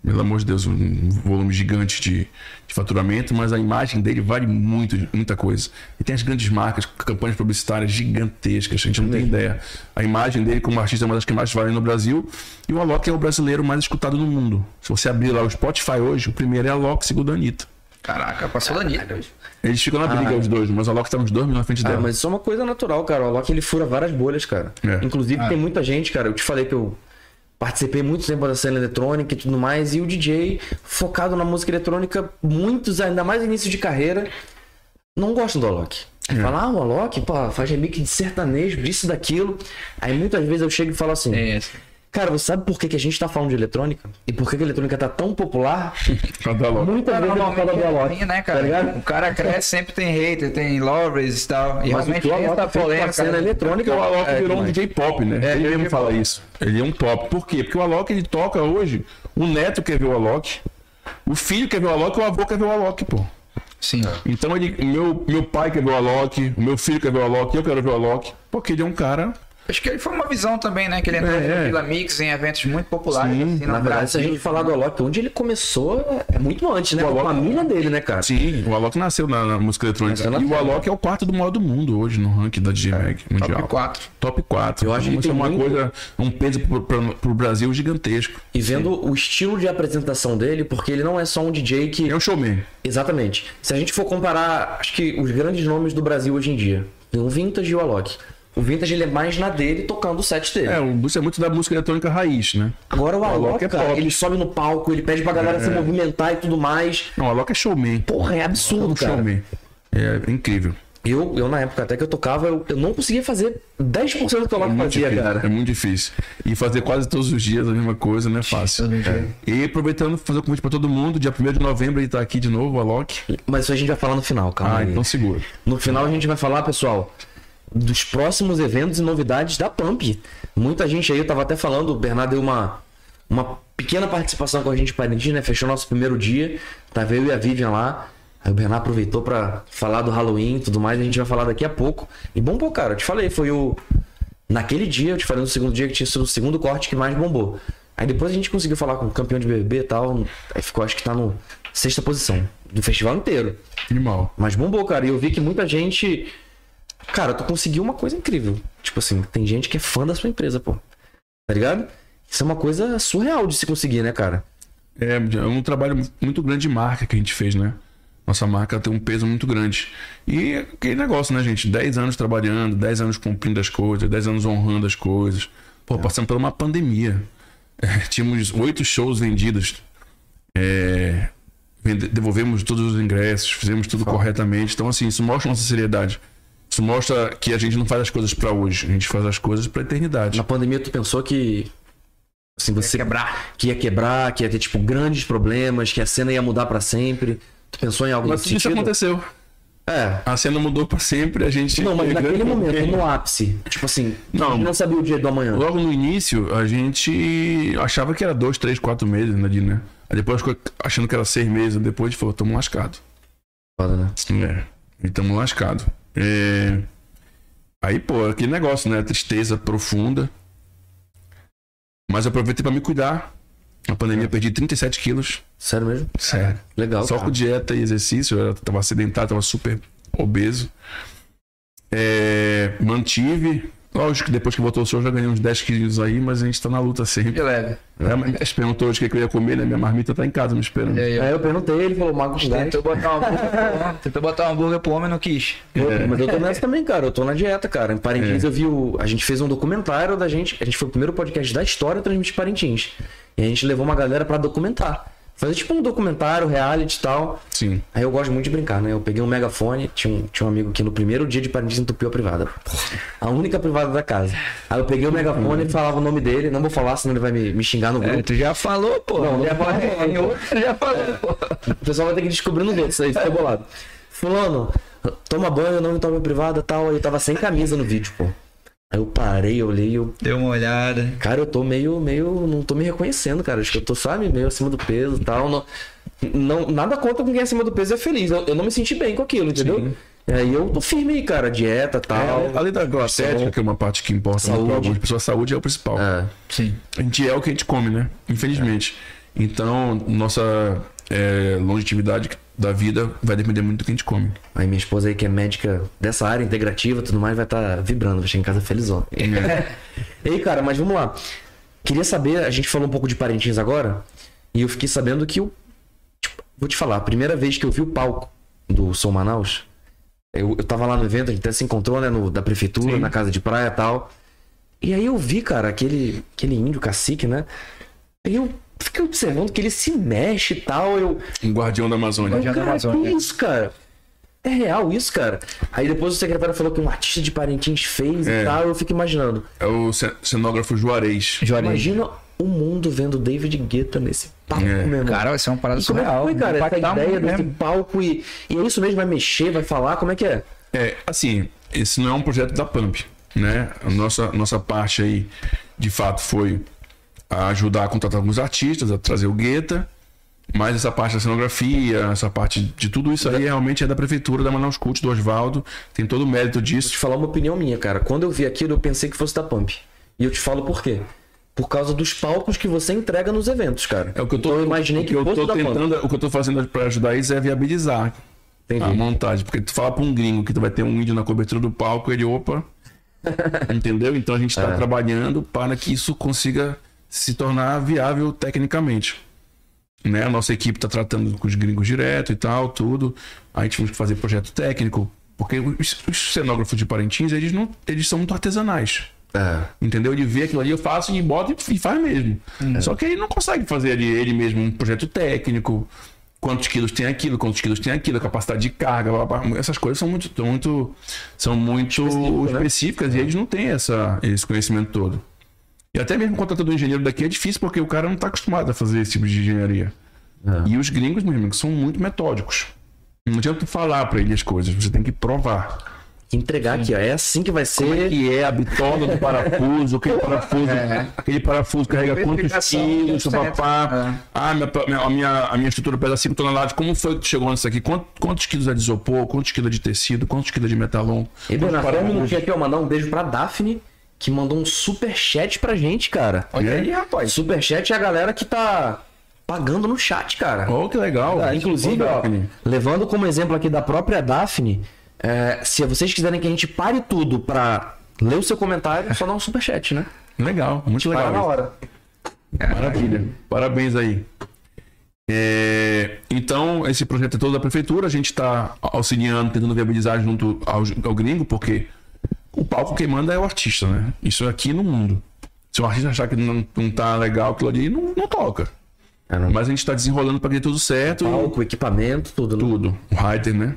pelo amor de Deus, um volume gigante de faturamento, mas a imagem dele vale muita coisa. E tem as grandes marcas, campanhas publicitárias gigantescas, a gente não tem ideia. A imagem dele como artista é uma das que mais valem no Brasil, e o Alok é o brasileiro mais escutado no mundo. Se você abrir lá o Spotify hoje, o primeiro é Alok, o segundo é a Anitta. Caraca, passou da Anitta. Eles ficam na briga, os dois, mas o Alok tá uns 2 milhões na frente dela. Mas isso é uma coisa natural, cara. O Alok, ele fura várias bolhas, cara. Inclusive, tem muita gente, cara. Eu te falei que eu participei muito tempo da cena eletrônica e tudo mais. E o DJ, focado na música eletrônica, muitos, ainda mais início de carreira, não gostam do Alok. Fala, o Alok, pô, faz remix de sertanejo, disso, daquilo. Aí muitas vezes eu chego e falo assim... Cara, você sabe por que a gente tá falando de eletrônica? E por que a eletrônica tá tão popular? Muitas vezes eu falo do Alok, né, cara? Tá ligado? O cara cresce, sempre tem hater, tem lovers e tal. E Mas realmente o Alok tá polêmica, na cena eletrônica. Porque o Alok virou um demais. DJ pop, né? Ele mesmo fala isso. Ele é um pop. Por quê? Porque o Alok, ele toca hoje, o neto quer ver o Alok, o filho quer ver o Alok, o avô quer ver o Alok, pô. Sim. Então meu pai quer ver o Alok, o meu filho quer ver o Alok, eu quero ver o Alok, porque ele é um cara... Acho que ele foi uma visão também, né? Que ele entrou no Vila Mix em eventos muito populares. Sim, assim, Na no verdade, se a Brasil. gente falar do Alok, onde ele começou é muito antes, né? O Com a Alok- família dele, né, cara? Sim, o Alok nasceu na música eletrônica. Nasceu na E o Alok é o quarto do maior do mundo hoje no ranking da DJ Mag mundial. Top 4. Top 4. Eu acho que isso é tem uma muito- coisa, um peso pro Brasil gigantesco. E vendo o estilo de apresentação dele, porque ele não é só um DJ que... É um showman. Exatamente. Se a gente for comparar, acho que os grandes nomes do Brasil hoje em dia, tem o Vintage e o Alok. O Vintage, ele é mais na dele, tocando o set dele. Isso é muito da música eletrônica raiz, né? Agora o Alok, é cara, pop. ele sobe no palco, ele pede pra galera se movimentar e tudo mais. Não, o Alok é showman. Porra, é absurdo, cara. Showman. É incrível. Eu, na época até que eu tocava, eu não conseguia fazer 10% do que o Alok fazia, difícil, cara. é muito difícil. E fazer quase todos os dias a mesma coisa não é fácil. E aproveitando, fazer o convite pra todo mundo, dia 1º de novembro ele tá aqui de novo, o Alok. Mas isso a gente vai falar no final, calma aí. Então segura. No final a gente vai falar, pessoal, dos próximos eventos e novidades da Pump. Muita gente aí, eu tava até falando, o Bernardo deu uma pequena participação com a gente para né? Fechou nosso primeiro dia, tava eu e a Vivian lá. Aí o Bernardo aproveitou pra falar do Halloween e tudo mais, a gente vai falar daqui a pouco. E bombou, cara, eu te falei, foi o... Naquele dia, eu te falei no segundo dia que tinha sido o segundo corte que mais bombou. Aí depois a gente conseguiu falar com o campeão de BBB e tal, aí ficou, acho que tá no 6ª posição do festival inteiro. Animal. Mas bombou, cara. E eu vi que muita gente... Cara, tu conseguiu uma coisa incrível. Tipo assim, tem gente que é fã da sua empresa, pô. Tá ligado? Isso é uma coisa surreal de se conseguir, né, cara? É um trabalho muito grande de marca que a gente fez, né? Nossa marca tem um peso muito grande. E aquele negócio, né, gente? 10 anos trabalhando, 10 anos cumprindo as coisas, 10 anos honrando as coisas. Pô, passando por uma pandemia. Tínhamos 8 shows vendidos. Devolvemos todos os ingressos, fizemos tudo corretamente. Então, assim, isso mostra nossa seriedade. Isso mostra que a gente não faz as coisas pra hoje, a gente faz as coisas pra eternidade. Na pandemia tu pensou que... Assim, você... Que ia quebrar, que ia ter, tipo, grandes problemas, que a cena ia mudar pra sempre. Tu pensou em algo Mas nesse tudo isso sentido? aconteceu. É. A cena mudou pra sempre, a gente... Não, mas naquele grande- momento, no ápice. Tipo assim, Não. a gente não sabia o dia do amanhã. Logo no início, a gente achava que era 2, 3, 4 meses, né? Aí depois ficou achando que era 6 meses, depois a gente falou, tamo lascado. Foda, né? E tamo lascado. Aí, pô, aquele negócio, né? Tristeza profunda. Mas eu aproveitei pra me cuidar. Na pandemia eu perdi 37 quilos. Sério mesmo? Sério. Legal, Só cara. com dieta e exercício. Eu tava sedentário, tava super obeso. Mantive. Lógico que depois que voltou o show eu já ganhei uns 10 quilos aí, mas a gente tá na luta sempre. De leve. Mas perguntou hoje o que eu ia comer, né? Minha marmita tá em casa me esperando. E aí, Aí eu perguntei, ele falou, Mago de 10. tentou botar um hambúrguer pro homem, não quis. Mas eu tô nessa também, cara. Eu tô na dieta, cara. Em Parintins eu vi A gente fez um documentário da gente. A gente foi o primeiro podcast da história a transmitir Parintins. E a gente levou uma galera pra documentar. Fazer tipo um documentário, reality e tal. Sim. Aí eu gosto muito de brincar, né? Eu peguei um megafone, tinha um amigo que no primeiro dia de Parintins entupiu a privada. A única privada da casa. Aí eu peguei o megafone e falava o nome dele. Não vou falar, senão ele vai me xingar no grupo. Tu já falou, pô. Não já vou falar. falou. Em outro, já falou, pô. O pessoal vai ter que descobrir nos outros aí, fica bolado. Fulano, toma banho, não me tome privada e tal. Aí eu tava sem camisa no vídeo, pô. Aí eu parei, olhei, Deu uma olhada. cara, eu tô meio, não tô me reconhecendo, cara. Acho que eu tô, sabe, meio acima do peso e tal. Não, nada contra com quem é acima do peso é feliz. Eu não me senti bem com aquilo, entendeu? Sim. E aí eu tô firme aí, cara, dieta e tal. Além da estética, que é uma parte que importa muito Saúde. pra algumas pessoas, a saúde é o principal. É. Sim. A gente é o que a gente come, né? Infelizmente. Então, nossa longevidade da vida vai depender muito do que a gente come. Aí minha esposa aí, que é médica dessa área integrativa e tudo mais, vai estar vibrando, vai chegar em casa felizão. Ei, cara, mas vamos lá. Queria saber, a gente falou um pouco de Parintins agora, e eu fiquei sabendo que vou te falar, a primeira vez que eu vi o palco do Som Manaus, eu tava lá no evento, a gente até se encontrou, né, da prefeitura, Sim. na casa de praia e tal. E aí eu vi, cara, aquele índio cacique, né? Aí eu fiquei observando que ele se mexe e tal, Um guardião da Amazônia. Guardião da cara, Amazônia. que isso, cara? É real isso, cara? Aí depois o secretário falou que um artista de Parintins fez e tal, eu fico imaginando. É o cenógrafo Juarez. Imagina o mundo vendo David Guetta nesse palco, meu irmão. Cara, vai ser uma parada E como é que surreal. foi, cara, essa Impactar ideia muito desse mesmo. palco e é isso mesmo? Vai mexer, vai falar? Como é que é? Assim, esse não é um projeto da Pump, né? A nossa parte aí, de fato, foi ajudar a contratar alguns artistas, a trazer o Guetta, mas essa parte da cenografia, essa parte de tudo isso aí realmente é da prefeitura, da Manaus Cult, do Oswaldo, tem todo o mérito Vou disso. te falar uma opinião minha, cara. Quando eu vi aquilo, eu pensei que fosse da Pump. E eu te falo por quê. Por causa dos palcos que você entrega nos eventos, cara. É o que eu tô, Então eu imaginei que o que eu fosse tô da Pump. tentando, o que eu tô fazendo para ajudar isso é viabilizar Entendi. a montagem, porque tu fala para um gringo que tu vai ter um índio na cobertura do palco, ele opa, entendeu? Então a gente está trabalhando para que isso consiga se tornar viável tecnicamente, né? A nossa equipe está tratando com os gringos direto e tal, tudo. A gente tem que fazer projeto técnico, porque os cenógrafos de Parintins, eles são muito artesanais. Entendeu? Ele vê aquilo ali, eu faço e bota e faz mesmo. Só que ele não consegue fazer ele mesmo um projeto técnico. Quantos quilos tem aquilo, a capacidade de carga, blá, blá, blá. Essas coisas são muito específicas, né? E eles não têm esse conhecimento todo. E até mesmo contratando um engenheiro daqui é difícil porque o cara não está acostumado a fazer esse tipo de engenharia. E os gringos, meu irmão, são muito metódicos. Não adianta tu falar para ele as coisas, você tem que provar. Entregar aqui, ó. É assim que vai ser. Como é que é a bitola do parafuso, aquele parafuso carrega quantos quilos, papá. A minha estrutura pesa 5 toneladas. Como foi que tu chegou nisso aqui? Quantos quilos é de isopor? Quantos quilos é de tecido? Quantos quilos é de metalon? E Bernardo, só um minutinho aqui, ó. Mandar um beijo pra Daphne, que mandou um superchat pra gente, cara. Olha aí, rapaz. Superchat é a galera que tá pagando no chat, cara. Oh, que legal. Inclusive, ó, levando como exemplo aqui da própria Daphne, se vocês quiserem que a gente pare tudo pra ler o seu comentário, é só dar um superchat, né? Legal, muito legal. Para na hora. Maravilha. Parabéns aí. Então, esse projeto é todo da prefeitura, a gente está auxiliando, tentando viabilizar junto ao gringo, porque o palco quem manda é o artista, né? Isso é aqui no mundo. Se o artista achar que não tá legal aquilo ali, não toca. Mas a gente está desenrolando para que dê tudo certo. Palco, equipamento, tudo. Tudo. O rider, né?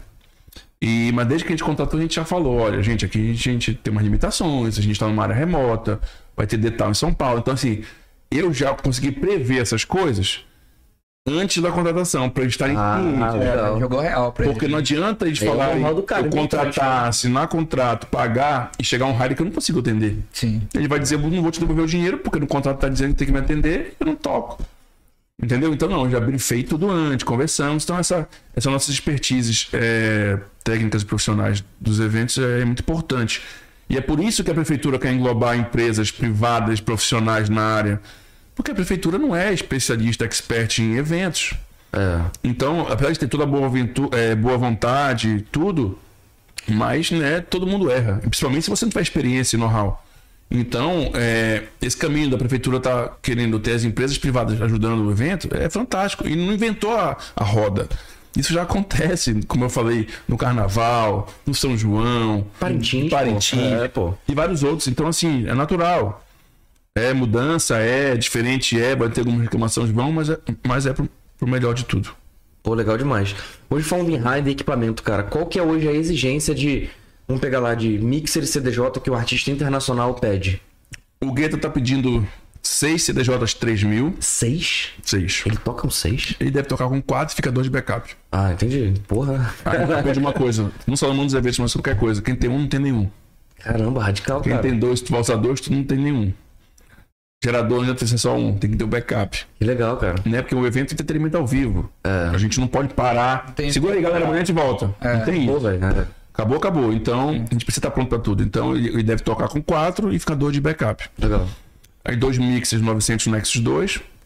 Mas desde que a gente contratou, a gente já falou, olha, gente, aqui a gente tem umas limitações, a gente está numa área remota, vai ter detalhe em São Paulo. Então, assim, eu já consegui prever essas coisas antes da contratação, para eles estarem Jogou real pra porque ele. não adianta eles falarem, do cara, eu contratar, assinar contrato, pagar e chegar um rider que eu não consigo atender. Sim. Ele vai dizer, não vou te devolver o dinheiro, porque no contrato está dizendo que tem que me atender, eu não toco. Entendeu? Então não, já briefei tudo antes, conversamos. Então essas nossas expertises técnicas e profissionais dos eventos é muito importante. E é por isso que a prefeitura quer englobar empresas privadas, profissionais na área. Porque a prefeitura não é especialista, expert em eventos. Então, apesar de ter toda a boa vontade, tudo, mas né, todo mundo erra. Principalmente se você não tiver experiência e know-how. Então, esse caminho da prefeitura tá querendo ter as empresas privadas ajudando o evento, é fantástico. E não inventou a roda. Isso já acontece, como eu falei, no Carnaval, no São João, Parintins, pô. E vários outros. Então, assim, é natural. É mudança, é diferente, vai ter algumas reclamações, mas é pro melhor de tudo. Pô, legal demais. Hoje falando em raid e equipamento, cara, qual que é hoje a exigência de... Vamos pegar lá de mixer e CDJ que o artista internacional pede. O Guetta tá pedindo 6 CDJs 3000. 6? 6. Ele toca um 6? Ele deve tocar com 4 e fica 2 de backup. Ah, entendi. Porra. Depende de uma coisa. Não só no mundo dos eventos, mas qualquer coisa. Quem tem um, não tem nenhum. Caramba, radical, Quem cara. tem 2, tu valsa 2, tu não tem nenhum. Gerador ainda tem que ser só um. Tem que ter o backup. Que legal, cara. Né? Porque o evento é entretenimento ao vivo. A gente não pode parar. Segura aí, galera. Amanhã a gente volta. Não tem Pô, isso. velho. Acabou. Então, a gente precisa estar pronto pra tudo. Então, ele deve tocar com 4 e ficar 2 de backup. Legal. Aí 2 mixers 900 Nexus 2,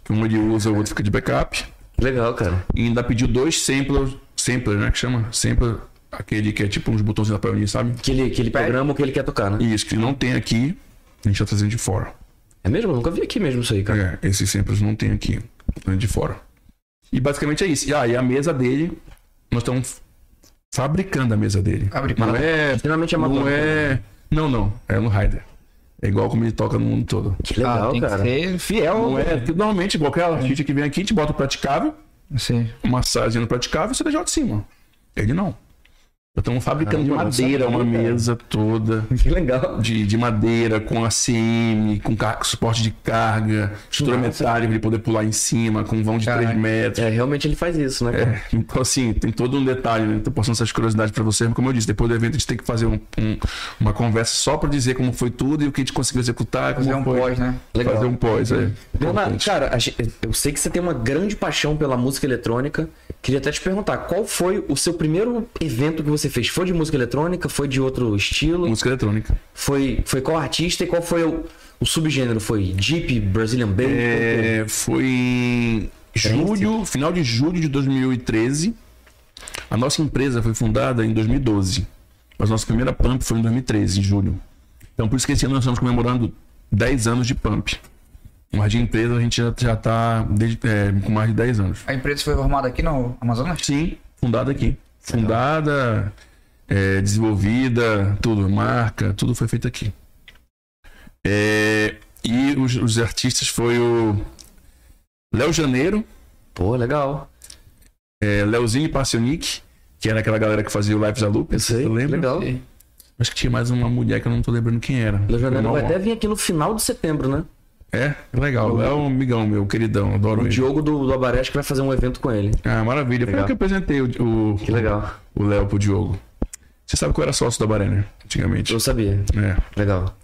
que um ele usa, o outro fica de backup. Legal, cara. E ainda pediu 2 sampler, né? Que chama? Sampler, aquele que é tipo uns botõezinhos pra unir, sabe? Que ele programa o que ele quer tocar, né? Isso, que não tem aqui, a gente tá trazendo de fora. É mesmo? Eu nunca vi aqui mesmo isso aí, cara. Esses samples não tem aqui, tá de fora. E basicamente é isso. E a mesa dele, nós estamos fabricando a mesa dele. Não é... Finalmente é Não é... Não. É no Rider. É igual como ele toca no mundo todo. Que legal, tem cara. que ser fiel. Não é... Porque normalmente qualquer artista que vem aqui, a gente bota o praticável, Sim. uma saia no praticável e você deixa de cima. Ele não. Estamos fabricando de madeira uma mesa toda. Que legal. De madeira, com ACM, com suporte de carga, estrutura metálica pra ele poder pular em cima, com vão de 3 metros. Realmente ele faz isso, né, cara? Então, assim, tem todo um detalhe, né? Tô postando essas curiosidades pra você, mas como eu disse, depois do evento a gente tem que fazer uma conversa só pra dizer como foi tudo e o que a gente conseguiu executar. Fazer um pós, né? Legal. Fazer um pós, Leonardo, cara, eu sei que você tem uma grande paixão pela música eletrônica. Queria até te perguntar, qual foi o seu primeiro evento que você fez? Foi de música eletrônica? Foi de outro estilo? Música eletrônica. Foi qual artista e qual foi o subgênero? Foi Deep, Brazilian Bass? Foi em julho, final de julho de 2013. A nossa empresa foi fundada em 2012. Mas nossa primeira Pump foi em 2013, em julho. Então por isso que esse ano nós estamos comemorando 10 anos de Pump. Mas de empresa a gente já está com mais de 10 anos. A empresa foi formada aqui no Amazonas? Sim, fundada aqui. Fundada, desenvolvida, tudo, marca, tudo foi feito aqui. E os artistas foi o Léo Janeiro. Pô, legal. Leozinho Passionic, que era aquela galera que fazia o Lives a Loop. Eu sei, lembra? legal. Acho que tinha mais uma mulher que eu não tô lembrando quem era. Léo Janeiro vai Normal. até vir aqui no final de setembro, né? Legal. O Léo é um amigão meu, queridão, adoro O ele. Diogo do Abarés que vai fazer um evento com ele. Ah, maravilha. Foi Legal. eu que apresentei Que legal. o Léo pro Diogo. Você sabe que eu era sócio da Baré, né? Antigamente. Eu sabia. Legal.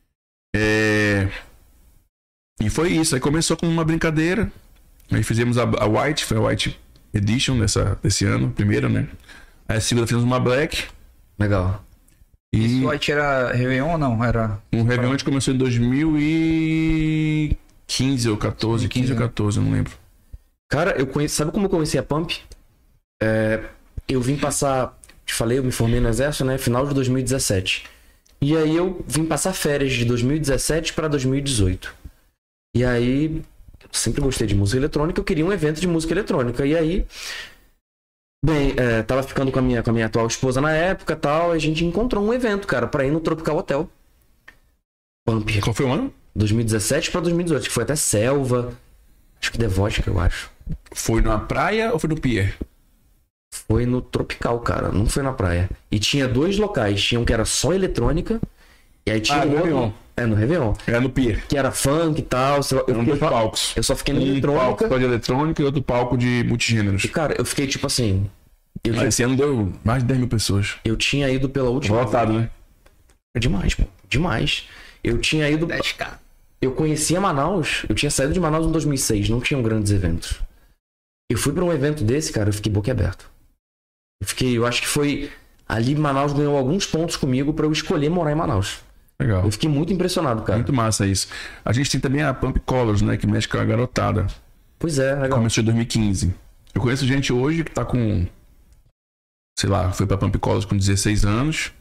E foi isso. Aí começou com uma brincadeira. Aí fizemos a White, foi a White Edition desse ano, primeira, né? Aí a segunda fizemos uma Black. Legal. E Isso aí era Réveillon ou não? Era... um Réveillon a gente começou em 2015 ou 14, 15 ou 14, eu não lembro. Cara, sabe como eu conheci a Pump? Eu vim passar, te falei, eu me formei no Exército, né? Final de 2017. E aí eu vim passar férias de 2017 para 2018. E aí, eu sempre gostei de música eletrônica, eu queria um evento de música eletrônica. E aí, tava ficando com a minha atual esposa na época e tal, e a gente encontrou um evento, cara, pra ir no Tropical Hotel. Pump. Qual foi o ano? 2017 pra 2018, que foi até Selva, acho que The Vodka, eu acho. Foi na praia ou foi no pier? Foi no Tropical, cara, não foi na praia. E tinha 2 locais, tinha um que era só eletrônica, e aí tinha no outro... Réveillon. No Réveillon. No pier. Que era funk e tal. Eram 2 palcos. Eu só fiquei no Um palco eletrônica. só de eletrônica e outro palco de multigêneros. E, cara, eu fiquei tipo assim... Esse ano deu mais de 10 mil pessoas. Eu tinha ido pela última... Lotado, né? Demais, pô. Demais. Eu tinha ido... 10K. Eu conhecia Manaus. Eu tinha saído de Manaus em 2006. Não tinham grandes eventos. Eu fui pra um evento desse, cara. Eu fiquei boquiaberto. Eu acho que foi... Ali Manaus ganhou alguns pontos comigo pra eu escolher morar em Manaus. Legal. Eu fiquei muito impressionado, cara. Muito massa isso. A gente tem também a Pump Colors, né? Que mexe com a garotada. Pois é, legal. Começou em 2015. Eu conheço gente hoje que tá com... Sei lá, foi pra Pump Colors com 16 anos.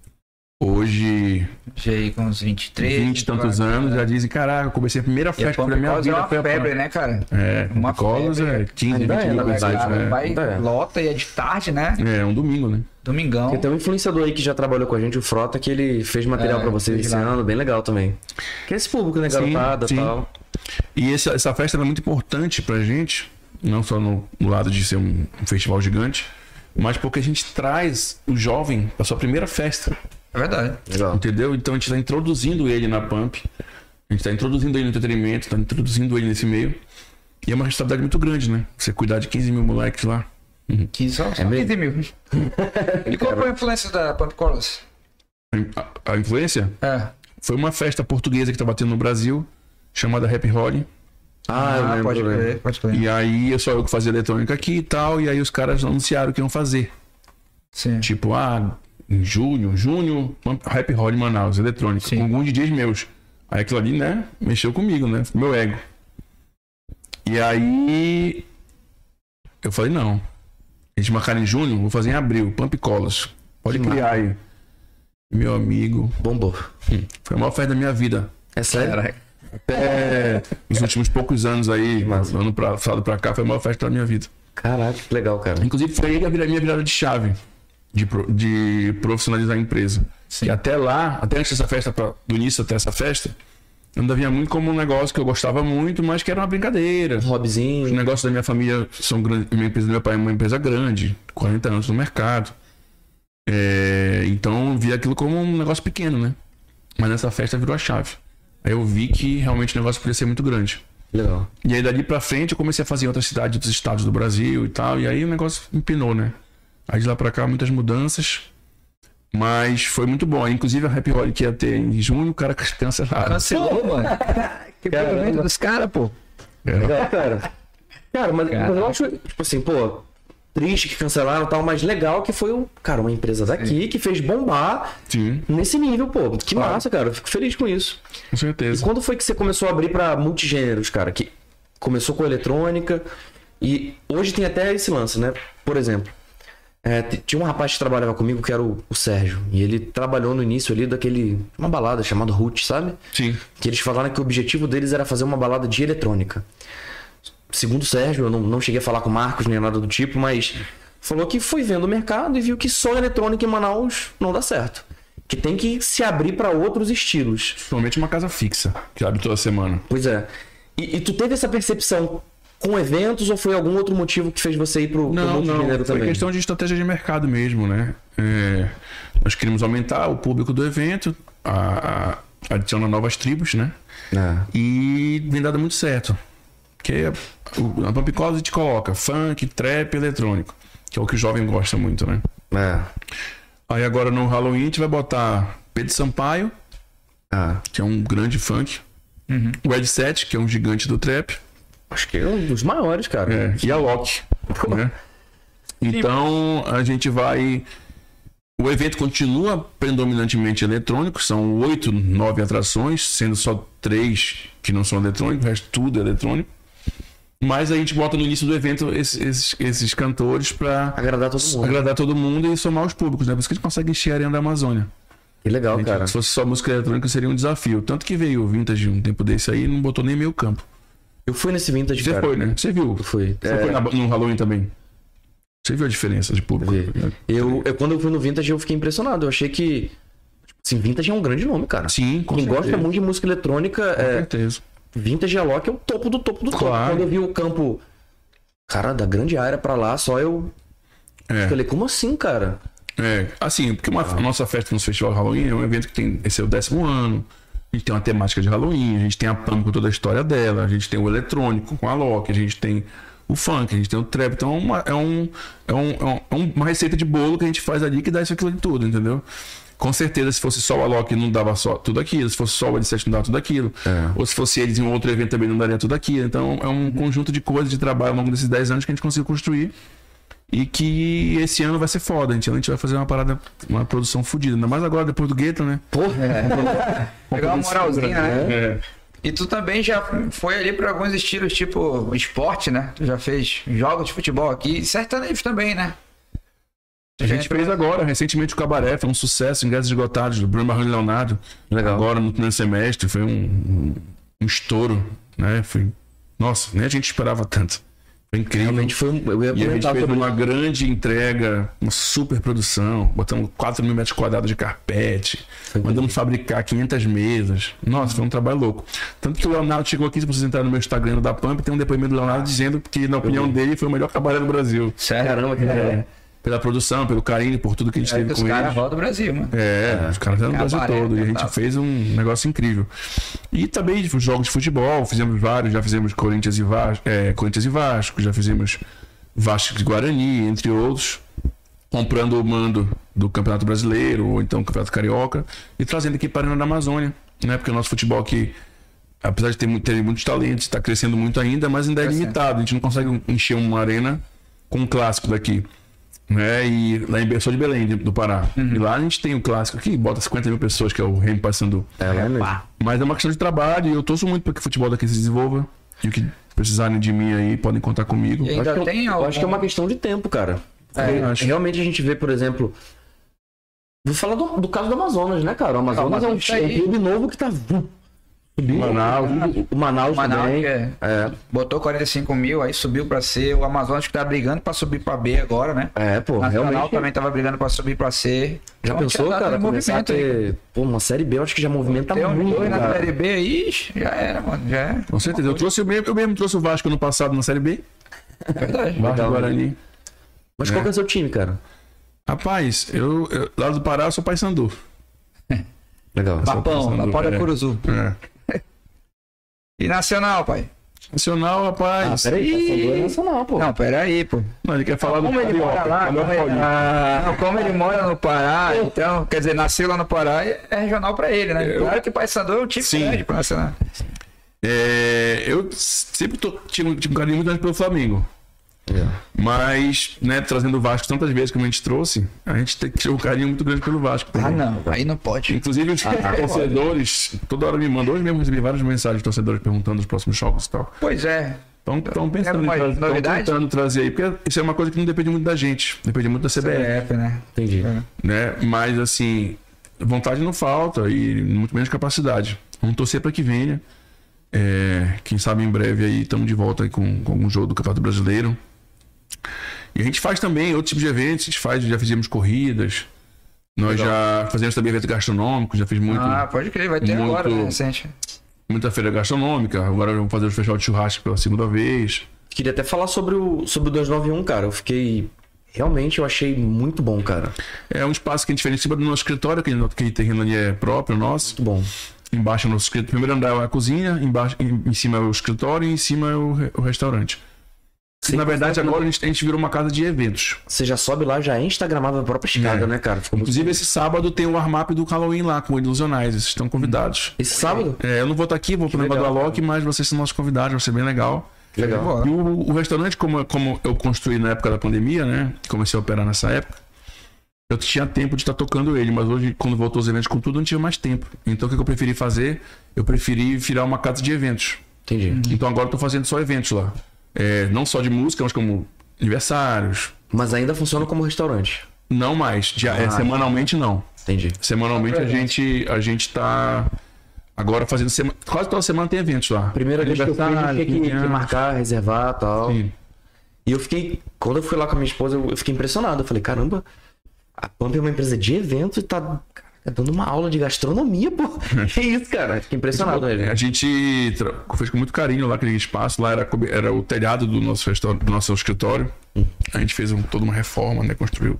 Hoje, Já aí com uns 23. 20 e tantos anos, já dizem, caraca, eu comecei a primeira E a festa Pump da minha Colors é vida. uma Foi a febre, Pump. né, cara? Uma Colors febre. 15, Ainda 20 é, mil na pessoas. verdade, né? Vai, Ainda é. lota e é de tarde, né? Um domingo, né? Domingão. Tem um influenciador aí que já trabalhou com a gente, o Frota, que ele fez material pra vocês fez esse lá. ano, bem legal também. Que é esse público, né, Sim, garotada e sim. tal. E essa festa era muito importante pra gente, não só no lado de ser um festival gigante, mas porque a gente traz o jovem pra sua primeira festa. É verdade. Legal. Entendeu? Então a gente tá introduzindo ele na Pump, a gente tá introduzindo ele no entretenimento, tá introduzindo ele nesse meio. E é uma responsabilidade muito grande, né? Você cuidar de 15 mil moleques lá. 15, só mesmo? 15 mil. E qual foi a influência da Pump Colors? A influência foi uma festa portuguesa que tava tendo no Brasil, chamada Happy Holly. Eu lembro, pode eu lembro. crer, pode crer. E aí só eu que fazia eletrônica aqui e tal, e aí os caras anunciaram que iam fazer. Sim. Tipo, em junho, Happy Holly Manaus, eletrônica, Sim. com alguns DJs meus. Aí aquilo ali, né, mexeu comigo, né, com meu ego. E aí eu falei, não. A gente marcar em junho, vou fazer em abril, Pump Colas. Pode criar aí. Meu amigo. Bombou. Foi a maior festa da minha vida. É sério? Caraca. Até nos últimos poucos anos aí, ano pra cá, foi a maior festa da minha vida. Caraca, que legal, cara. Inclusive foi aí a minha virada de chave de profissionalizar a empresa. Sim. E até lá, até antes dessa festa, do início até essa festa, eu ainda vinha muito como um negócio que eu gostava muito, mas que era uma brincadeira. Um hobbyzinho. Os negócios da minha família são grandes. A empresa do meu pai é uma empresa grande, 40 anos no mercado. Então eu via aquilo como um negócio pequeno, né? Mas nessa festa virou a chave. Aí eu vi que realmente o negócio podia ser muito grande. Legal. E aí dali pra frente eu comecei a fazer em outras cidades, outros estados do Brasil e tal. E aí o negócio empinou, né? Aí de lá pra cá muitas mudanças. Mas foi muito bom. Inclusive a Happy Holiday que ia ter em junho, o cara cancelaram. Cancelou, mano. Que pagamento dos caras, pô. Legal, cara. Cara, mas eu acho, tipo assim, pô, triste que cancelaram e tal, mas legal que foi uma empresa daqui que fez bombar Sim, nesse nível, pô. Que massa, cara. Eu fico feliz com isso. com certeza. E quando foi que você começou a abrir pra multigêneros, cara? Que começou com eletrônica e hoje tem até esse lance, né? Por exemplo, tinha um rapaz que trabalhava comigo que era o Sérgio. E ele trabalhou no início ali uma balada chamada Root, sabe? Sim. Que eles falaram que o objetivo deles era fazer uma balada de eletrônica. Segundo o Sérgio, eu não cheguei a falar com o Marcos nem nada do tipo, mas falou que foi vendo o mercado e viu que só eletrônica em Manaus não dá certo. Que tem que se abrir para outros estilos. Principalmente uma casa fixa, que abre toda semana. Pois é. E tu teve essa percepção com eventos ou foi algum outro motivo que fez você ir pro multigênero foi também? questão de estratégia de mercado mesmo, né? Nós queríamos aumentar o público do evento, adicionar novas tribos, né? E vem dado muito certo. Porque a Pump Colas a gente coloca funk, trap, eletrônico, que é o que o jovem gosta muito, né? Aí agora no Halloween a gente vai botar Pedro Sampaio, que é um grande funk, o Ed 7, que é um gigante do trap. Acho que é um dos maiores, cara. E a Loki, né? Então a gente vai... O evento continua predominantemente eletrônico, são 8, 9 atrações, sendo só 3 que não são eletrônicos, o resto tudo é eletrônico. Mas a gente bota no início do evento esses cantores pra agradar todo mundo e somar os públicos, né? Por isso que a gente consegue encher a Arena da Amazônia. Que legal, cara. Se fosse só música eletrônica seria um desafio. Tanto que veio o Vintage um tempo desse aí e não botou nem meio campo. Eu fui nesse Vintage, Você cara. foi, né? Você viu? Eu fui. Você foi no Halloween também? Você viu a diferença de público? Quando eu fui no Vintage eu fiquei impressionado. Eu achei que... Assim, Vintage é um grande nome, cara. Sim, com Quem certeza. gosta muito de música eletrônica... Com certeza. Vintage e Alok é o topo do topo do topo. Quando eu vi o campo... Cara, da grande área pra lá, só eu... Falei, como assim, cara? Assim, porque a nossa festa no Festival Halloween é um evento que tem... Esse é o 10º ano. A gente tem uma temática de Halloween, a gente tem a Pump com toda a história dela, a gente tem o eletrônico com a Alok, a gente tem o funk, a gente tem o trap. Então é uma receita de bolo que a gente faz ali que dá isso aquilo de tudo, entendeu? Com certeza, se fosse só o Alok, não dava só tudo aquilo. Se fosse só o L7, não dava tudo aquilo. Ou se fosse eles em um outro evento também, não daria tudo aquilo. Então, é um conjunto de coisas de trabalho ao longo desses 10 anos que a gente conseguiu construir. E que esse ano vai ser foda. A gente vai fazer uma produção fodida. Ainda mais agora, depois do Guetta, né? Pegar uma moralzinha, né? E tu também já foi ali para alguns estilos, tipo esporte, né? Tu já fez jogos de futebol aqui. Sertanejo também, né? A gente fez agora, recentemente, o Cabaré, foi um sucesso, ingressos esgotados, do Bruno Barros e Leonardo. Legal. Agora, no primeiro semestre, foi um estouro, né? Nossa, nem a gente esperava tanto. Foi incrível. Realmente foi eu ia E a gente comentar fez sobre uma grande entrega, uma super produção, botamos 4 mil metros quadrados de carpete, mandamos fabricar 500 mesas. Nossa, foi um trabalho louco. Tanto que o Leonardo chegou aqui, se vocês entrarem no meu Instagram da Pump, tem um depoimento do Leonardo dizendo que, na opinião dele, foi o melhor cabaré do Brasil. Sério? Caramba, que legal. Pela produção, pelo carinho, por tudo que a gente teve com Os caras eles. rodam o Brasil, mano. Os caras eram no Brasil Cabaré, todo. E a gente total. fez um negócio incrível. E também jogos de futebol, fizemos vários, já fizemos Corinthians e Vasco, já fizemos Vasco de Guarani, entre outros. Comprando o mando do Campeonato Brasileiro, ou então Campeonato Carioca, e trazendo aqui para a Arena da Amazônia, né? Porque o nosso futebol aqui, apesar de ter muitos talentos, está crescendo muito ainda, mas ainda é limitado. A gente não consegue encher uma arena com um clássico daqui. Né? E lá em Sou de Belém, do Pará. E lá a gente tem o clássico aqui, bota 50 mil pessoas, que é o Rei Paysandu. Lá mesmo. Mas é uma questão de trabalho e eu torço muito para que o futebol daqui se desenvolva e que precisarem de mim aí, podem contar comigo. E ainda tem Eu acho que é uma questão de tempo, cara. Acho. Realmente a gente vê, por exemplo... Vou falar do caso do Amazonas, né, cara? O Amazonas é um clube novo que tá... Manaus. O Manaus também. Que botou 45 mil, aí subiu pra C. O Amazonas que tá brigando pra subir pra B agora, né? Pô, Nacional realmente. também tava brigando pra subir pra C. Já Então, pensou, tinha dado cara? Começar a movimento aí. ter... Pô, uma Série B eu acho que já movimenta Tem um muito, dois na cara. Série B aí, já era, mano. Já era. Com certeza. Eu mesmo trouxe o Vasco no passado na Série B. Verdade. Vasco Legal. Guarani. Mas qual que é o seu time, cara? Rapaz, eu lá do Pará eu sou Paysandu. Legal. Papão, pensando, Lapora é. Curuzu. E Nacional, pai? Nacional, rapaz. Peraí, Paysandu é nacional, pô. Não, peraí, pô. Não, ele quer falar Como do ele mora lá, como ele mora no Pará, então, quer dizer, nasceu lá no Pará, é regional pra ele, né? Claro que Paysandu é um time Sim. grande pro Nacional. Eu sempre tive um carinho muito grande pelo Flamengo. Mas, né, trazendo o Vasco tantas vezes como a gente trouxe, a gente tem que ter um carinho muito grande pelo Vasco. Ah, não, aí não pode. Inclusive, os torcedores, toda hora me mandam. Hoje mesmo recebi várias mensagens de torcedores perguntando os próximos jogos e tal. Pois é. Estão pensando uma estão novidade? tentando trazer aí, porque isso é uma coisa que não depende muito da gente, depende muito da CBF, CBF, né? Entendi. né? Mas, assim, vontade não falta e muito menos capacidade. Vamos torcer para que venha. Quem sabe em breve aí estamos de volta aí com algum jogo do Campeonato Brasileiro. E a gente faz também outros tipos de eventos, já fizemos corridas, nós já fazemos também eventos gastronômicos, já fiz muito, Ah, pode crer, vai ter muito- agora, né, recente. muita feira gastronômica, agora vamos fazer o festival de churrasco pela segunda vez. Queria até falar sobre o 291, cara. Eu fiquei... Realmente eu achei muito bom, cara. É um espaço que a gente fez em cima do nosso escritório, aquele terreno ali é próprio nosso. Muito bom. Embaixo é o nosso escritório, primeiro andar é a cozinha, embaixo, em cima é o escritório e em cima é o restaurante. Sim, Na verdade, agora a gente virou uma casa de eventos. Você já sobe lá, já é instagramável a própria escada, né, cara? Ficou muito Inclusive, bom. esse sábado tem o warm-up do Halloween lá, com Ilusionais. Vocês estão convidados. Esse sábado? Eu não vou estar aqui, vou pro negócio do Alok, mas vocês são nossos convidados, vai ser bem legal. Legal. E o restaurante, como eu construí na época da pandemia, né? Comecei a operar nessa época. Eu tinha tempo de estar tocando ele, mas hoje, quando voltou os eventos com tudo, eu não tive mais tempo. Então, o que eu preferi fazer? Eu preferi virar uma casa de eventos. Entendi. Então, agora eu tô fazendo só eventos lá. Não só de música, mas como aniversários. Mas ainda funciona como restaurante. Não mais. Semanalmente, não. Entendi. Semanalmente, a gente tá agora fazendo... Quase toda semana tem eventos lá. Primeira vez que eu fui, eu tinha que marcar, reservar e tal. Sim. E eu fiquei... Quando eu fui lá com a minha esposa, eu fiquei impressionado. Eu falei, caramba, a Pump é uma empresa de evento e tá dando uma aula de gastronomia, pô. Que isso, cara? Fiquei impressionado mesmo. A gente fez com muito carinho lá aquele espaço. Lá era o telhado do nosso escritório. A gente fez toda uma reforma, né? Construiu.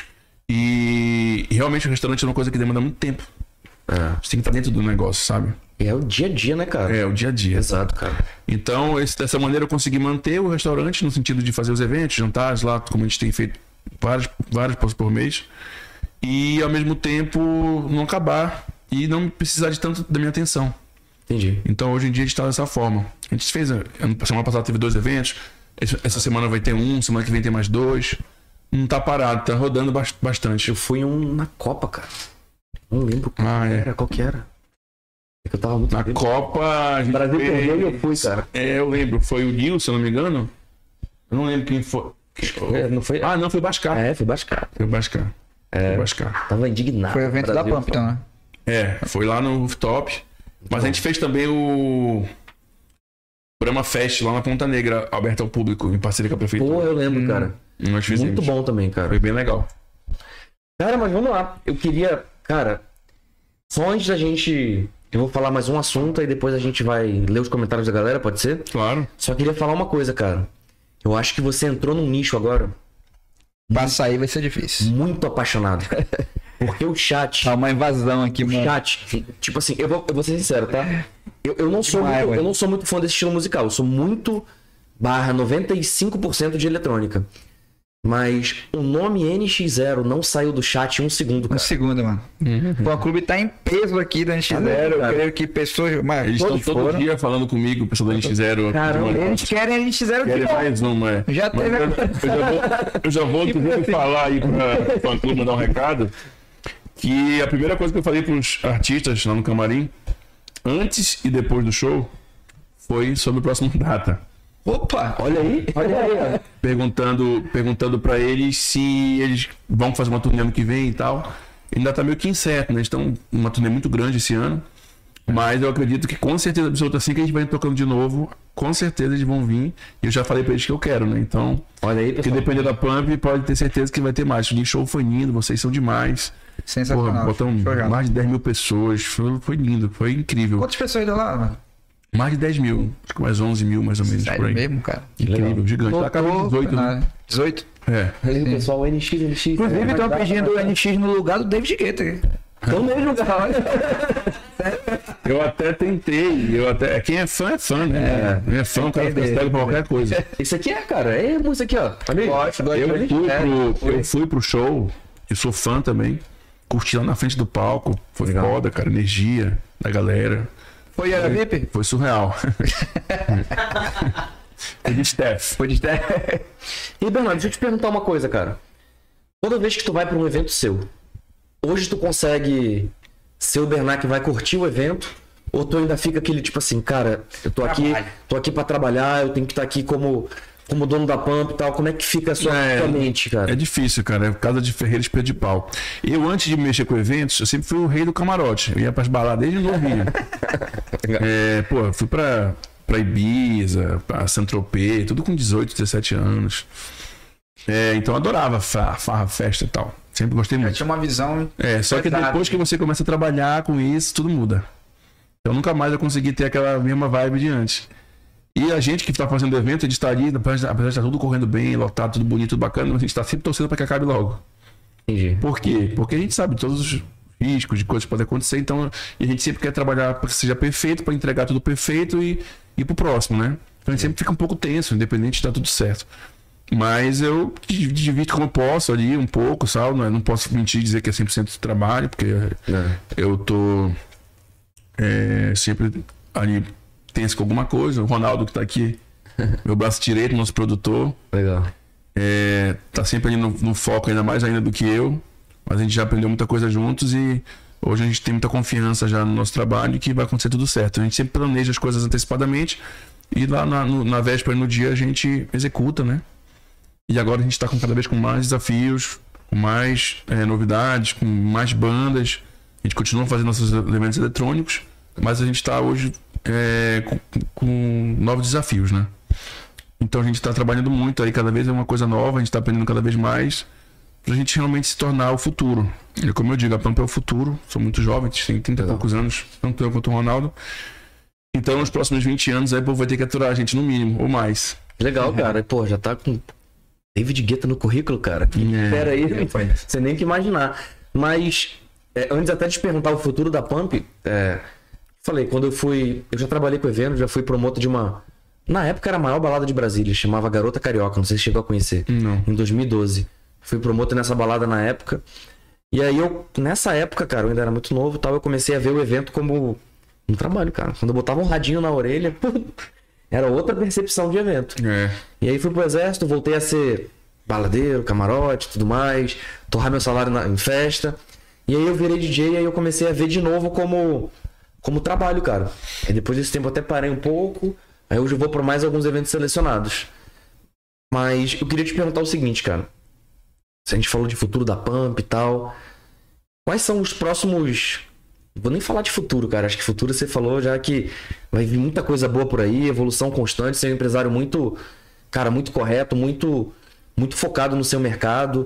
E realmente o restaurante é uma coisa que demanda muito tempo. Você tem que estar dentro do negócio, sabe? É o dia a dia, né, cara? É o dia a dia. Exato, cara. Então, dessa maneira eu consegui manter o restaurante no sentido de fazer os eventos, jantares lá, como a gente tem feito vários por mês. E ao mesmo tempo não acabar e não precisar de tanto da minha atenção. Entendi. Então hoje em dia a gente está dessa forma. A gente fez, semana passada teve 2 eventos, essa semana vai ter semana que vem tem mais 2. Não tá parado, tá rodando bastante. Eu fui na Copa, cara. Não lembro qual que era. É que eu tava muito... Na Copa... a gente Brasil fez- perdeu e eu fui, cara. eu lembro. Foi o Nil, se eu não me engano. Eu não lembro quem foi. Não foi? Não, foi o Bascar. Foi Bascar. Foi o Bascar. Foi o Bascar. Tava indignado. Foi o evento da Brasil, Pump, então, né? Foi lá no rooftop. Mas a gente fez também o Brahma Fest lá na Ponta Negra, aberto ao público, em parceria com a prefeitura. Pô, eu lembro, cara. Nós fizemos. Muito bom também, cara. Foi bem legal. Cara, mas vamos lá. Eu queria... Cara, só antes da gente... Eu vou falar mais um assunto, aí depois a gente vai ler os comentários da galera, pode ser? Claro. Só queria falar uma coisa, cara. Eu acho que você entrou num nicho agora Pra sair vai ser difícil. muito apaixonado. Porque o chat... Tá uma invasão aqui, O mano. chat, tipo assim, eu vou ser sincero, tá? Eu não sou Demais, muito, velho. eu não sou muito fã desse estilo musical. Eu sou muito / 95% de eletrônica. Mas o nome NX0 não saiu do chat em 1 segundo, Um cara. segundo, mano. Pô, o clube tá em peso aqui da NX0. Eu cara. creio que pessoas. Mas Eles estão todos todo foram. dia falando comigo, o pessoal da NX0. Caramba, Eles querem a NX0 Querem de mais uma, Já Mas teve. eu já vou inclusive falar aí para o fã-clube, mandar um recado, que a primeira coisa que eu falei para os artistas lá no camarim, antes e depois do show, foi sobre a próxima data. Opa! Olha aí, ó. perguntando para eles se eles vão fazer uma turnê ano que vem e tal. Ainda tá meio que incerto, né? Eles estão uma turnê muito grande esse ano. Mas eu acredito que com certeza absoluta, assim que a gente vai tocando de novo, com certeza eles vão vir. E eu já falei pra eles que eu quero, né? Então, Olha aí, que pessoal. depender da Pump, pode ter certeza que vai ter mais. O show foi lindo, vocês são demais. Sensacional. Porra, botam Show já. mais de 10 mil pessoas. Foi lindo, foi incrível. Quantas pessoas deu lá, mano? Mais de 10 mil. Acho que mais 11 mil, mais ou menos, por Sério aí. mesmo, cara? Incrível, Legal. gigante. Tá acabando 18, né? 18? É. Olha aí, pessoal, o NX. Inclusive, estão pedindo o NX no lugar do David Guetta. Então mesmo lugar, olha. Eu até tentei, quem é fã, né? É fã, o cara fica cego pra qualquer coisa. Isso aqui é, cara. É isso aqui, ó. Olha aí. Eu fui pro show, eu sou fã também. Curti lá na frente do palco. Foi Legal. foda, cara. Energia da galera. Foi a VIP? Foi surreal. Foi de Steph. Foi de 10. E, Bernardo, deixa eu te perguntar uma coisa, cara. Toda vez que tu vai pra um evento seu, hoje tu consegue ser o Bernard que vai curtir o evento? Ou tu ainda fica aquele tipo assim, cara, eu tô aqui pra trabalhar, eu tenho que estar aqui como dono da Pump e tal. Como é que fica a sua mente, cara? É difícil, cara. É casa de ferreiro, espelho de pau. Eu, antes de mexer com eventos, eu sempre fui o rei do camarote. Eu ia pras baladas desde novinho. Eu fui pra Ibiza, pra Saint-Tropez, tudo com 18, 17 anos. Então eu adorava farra, festa e tal. Sempre gostei Eu muito. tinha uma visão. Só que depois que você começa a trabalhar com isso, tudo muda. Então nunca mais eu consegui ter aquela mesma vibe de antes. E a gente que tá fazendo evento, a gente tá ali, apesar de estar tudo correndo bem, lotado, tudo bonito, tudo bacana, mas a gente tá sempre torcendo pra que acabe logo. Entendi. Por quê? Porque a gente sabe todos os riscos de coisas que podem acontecer, então e a gente sempre quer trabalhar para que seja perfeito, para entregar tudo perfeito e ir pro próximo, né? Então a gente sempre fica um pouco tenso, independente de estar tudo certo. Mas eu divido como eu posso ali um pouco, sabe? Não posso mentir e dizer que é 100% de trabalho, porque eu tô sempre ali tenso com alguma coisa. O Ronaldo que tá aqui, meu braço direito, nosso produtor, Legal. tá sempre ali no foco ainda mais ainda do que eu. Mas a gente já aprendeu muita coisa juntos e hoje a gente tem muita confiança já no nosso trabalho e que vai acontecer tudo certo. A gente sempre planeja as coisas antecipadamente e lá na véspera, no dia, a gente executa, né? E agora a gente está cada vez com mais desafios, com mais novidades, com mais bandas. A gente continua fazendo nossos eventos eletrônicos, mas a gente está hoje com novos desafios, né? Então a gente está trabalhando muito aí, cada vez é uma coisa nova, a gente está aprendendo cada vez mais pra gente realmente se tornar o futuro. E como eu digo, a Pump é o futuro, sou muito jovem, tenho 30 e poucos anos, tanto eu quanto o Ronaldo. Então nos próximos 20 anos aí o povo vai ter que aturar a gente no mínimo, ou mais. Legal, cara. Pô, já tá com David Guetta no currículo, cara. Pera aí, você nem que imaginar. Mas, antes até de te perguntar o futuro da Pump, falei, quando eu já trabalhei com evento, já fui promotor de uma... Na época era a maior balada de Brasília, chamava Garota Carioca, não sei se chegou a conhecer. Não. Em 2012. Fui promotor nessa balada na época. E aí nessa época, cara, eu ainda era muito novo e tal, eu comecei a ver o evento como um trabalho, cara. Quando eu botava um radinho na orelha, era outra percepção de evento. E aí fui pro exército, voltei a ser baladeiro, camarote, tudo mais, torrar meu salário em festa. E aí eu virei DJ e aí eu comecei a ver de novo como trabalho, cara. Aí depois desse tempo eu até parei um pouco, aí hoje eu vou para mais alguns eventos selecionados. Mas eu queria te perguntar o seguinte, cara. Se a gente falou de futuro da Pump e tal, quais são os próximos... Não vou nem falar de futuro, cara. Acho que futuro você falou já que vai vir muita coisa boa por aí, evolução constante, ser um empresário muito, cara, muito correto, muito focado no seu mercado,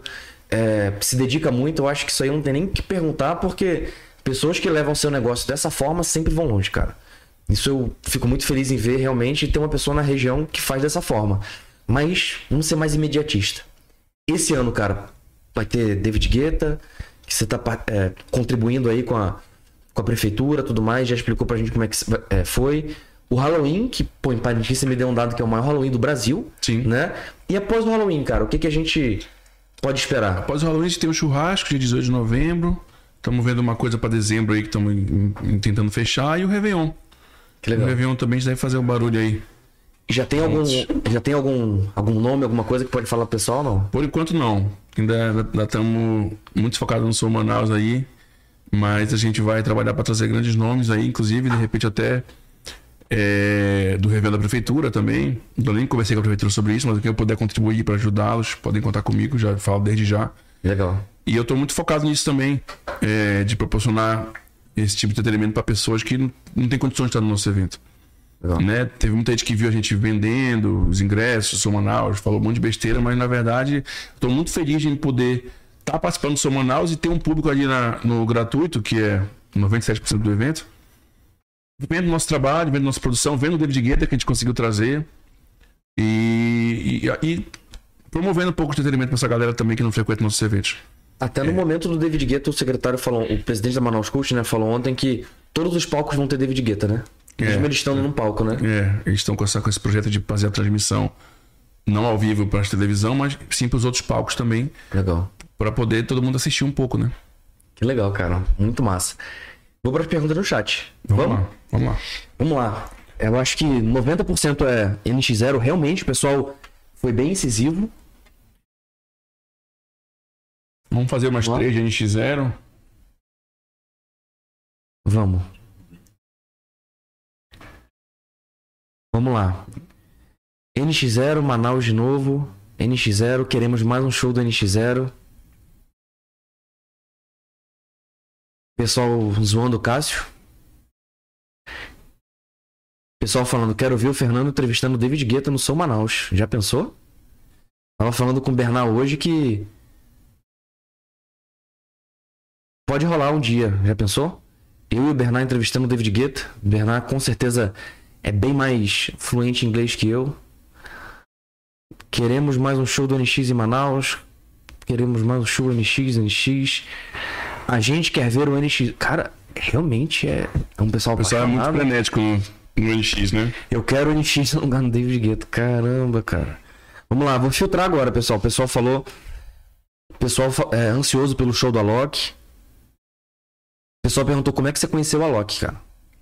se dedica muito. Eu acho que isso aí não tem nem que perguntar, porque pessoas que levam seu negócio dessa forma sempre vão longe, cara. Isso eu fico muito feliz em ver realmente ter uma pessoa na região que faz dessa forma. Mas vamos ser mais imediatista. Esse ano, cara, vai ter David Guetta, que você tá contribuindo aí com a prefeitura, tudo mais, já explicou pra gente como é que foi. O Halloween, que, pô, em Parintins você me deu um dado que é o maior Halloween do Brasil. Sim. Né? E após o Halloween, cara, o que a gente pode esperar? Após o Halloween a gente tem o churrasco, dia 18 de novembro. Estamos vendo uma coisa pra dezembro aí que estamos tentando fechar. E o Réveillon. Que legal. O Réveillon também deve fazer um barulho aí. Já tem algum nome, alguma coisa que pode falar pro pessoal, não? Por enquanto não. Ainda estamos muito focados no Sul Manaus aí. Mas a gente vai trabalhar para trazer grandes nomes aí, inclusive, de repente até do Revenda da Prefeitura também. Eu nem conversei com a Prefeitura sobre isso, mas quem eu puder contribuir para ajudá-los, podem contar comigo, já falo desde já. Legal. E eu estou muito focado nisso também, de proporcionar esse tipo de entretenimento para pessoas que não têm condições de estar no nosso evento. Né? Teve muita gente que viu a gente vendendo os ingressos, Sou Manaus, falou um monte de besteira, mas na verdade estou muito feliz de poder estar participando do Sou Manaus e ter um público ali no gratuito, que é 97% do evento, vendo nosso trabalho, vendo nossa produção, vendo o David Guetta que a gente conseguiu trazer e promovendo um pouco de entretenimento para essa galera também que não frequenta nossos eventos. Até no momento do David Guetta, o secretário falou, o presidente da Manaus Cult, né, falou ontem que todos os palcos vão ter David Guetta, né? Mesmo eles estão num palco, né? Eles estão com esse projeto de fazer a transmissão não ao vivo para a televisão, mas sim para os outros palcos também. Legal. Para poder todo mundo assistir um pouco, né? Que legal, cara. Muito massa. Vou para as perguntas no chat. Vamos lá. Eu acho que 90% é NX0. Realmente, o pessoal foi bem incisivo. Vamos fazer umas 3 de NX0. Vamos lá. NX0, Manaus de novo. NX0, queremos mais um show do NX0. Pessoal zoando o Cássio. Pessoal falando, quero ver o Fernando entrevistando o David Guetta no Sou Manaus. Já pensou? Tava falando com o Bernard hoje que pode rolar um dia. Já pensou? Eu e o Bernard entrevistando o David Guetta. O Bernard com certeza é bem mais fluente em inglês que eu. Queremos mais um show do NX em Manaus. Queremos mais um show do NX. A gente quer ver o NX. Cara, realmente é um pessoal apaixonado. O pessoal é muito frenético no NX, né? Eu quero o NX no lugar do David Guetta. Caramba, cara. Vamos lá, vou filtrar agora, pessoal. O pessoal falou... O pessoal é ansioso pelo show do Alok. O pessoal perguntou como é que você conheceu o Alok, cara.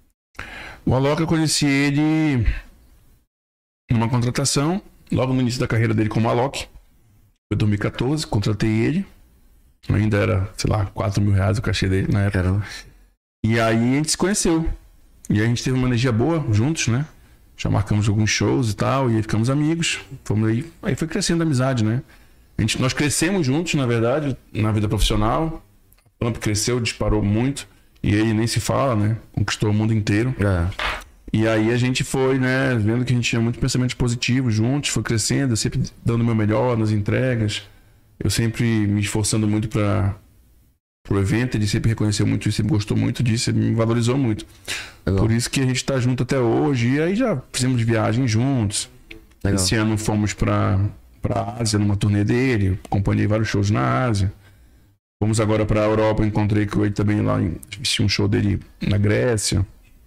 O Alok, eu conheci ele numa contratação, logo no início da carreira dele como Alok. Foi 2014, contratei ele. Ainda era, sei lá, 4 mil reais o cachê dele na época. Caramba. E aí a gente se conheceu. E a gente teve uma energia boa juntos, né? Já marcamos alguns shows e tal, e aí ficamos amigos. Fomos aí foi crescendo a amizade, né? Nós crescemos juntos, na verdade, na vida profissional. A Pump cresceu, disparou muito. E ele nem se fala, né? Conquistou o mundo inteiro. E aí a gente foi, né? Vendo que a gente tinha muito pensamento positivo juntos, foi crescendo, eu sempre dando o meu melhor nas entregas. Eu sempre me esforçando muito para o evento, ele sempre reconheceu muito isso, sempre gostou muito disso, ele me valorizou muito. Legal. Por isso que a gente tá junto até hoje. E aí já fizemos viagem juntos. Legal. Esse ano fomos para Ásia, numa turnê dele, acompanhei vários shows na Ásia. Fomos agora para a Europa, encontrei com ele também lá, assisti um show dele na Grécia.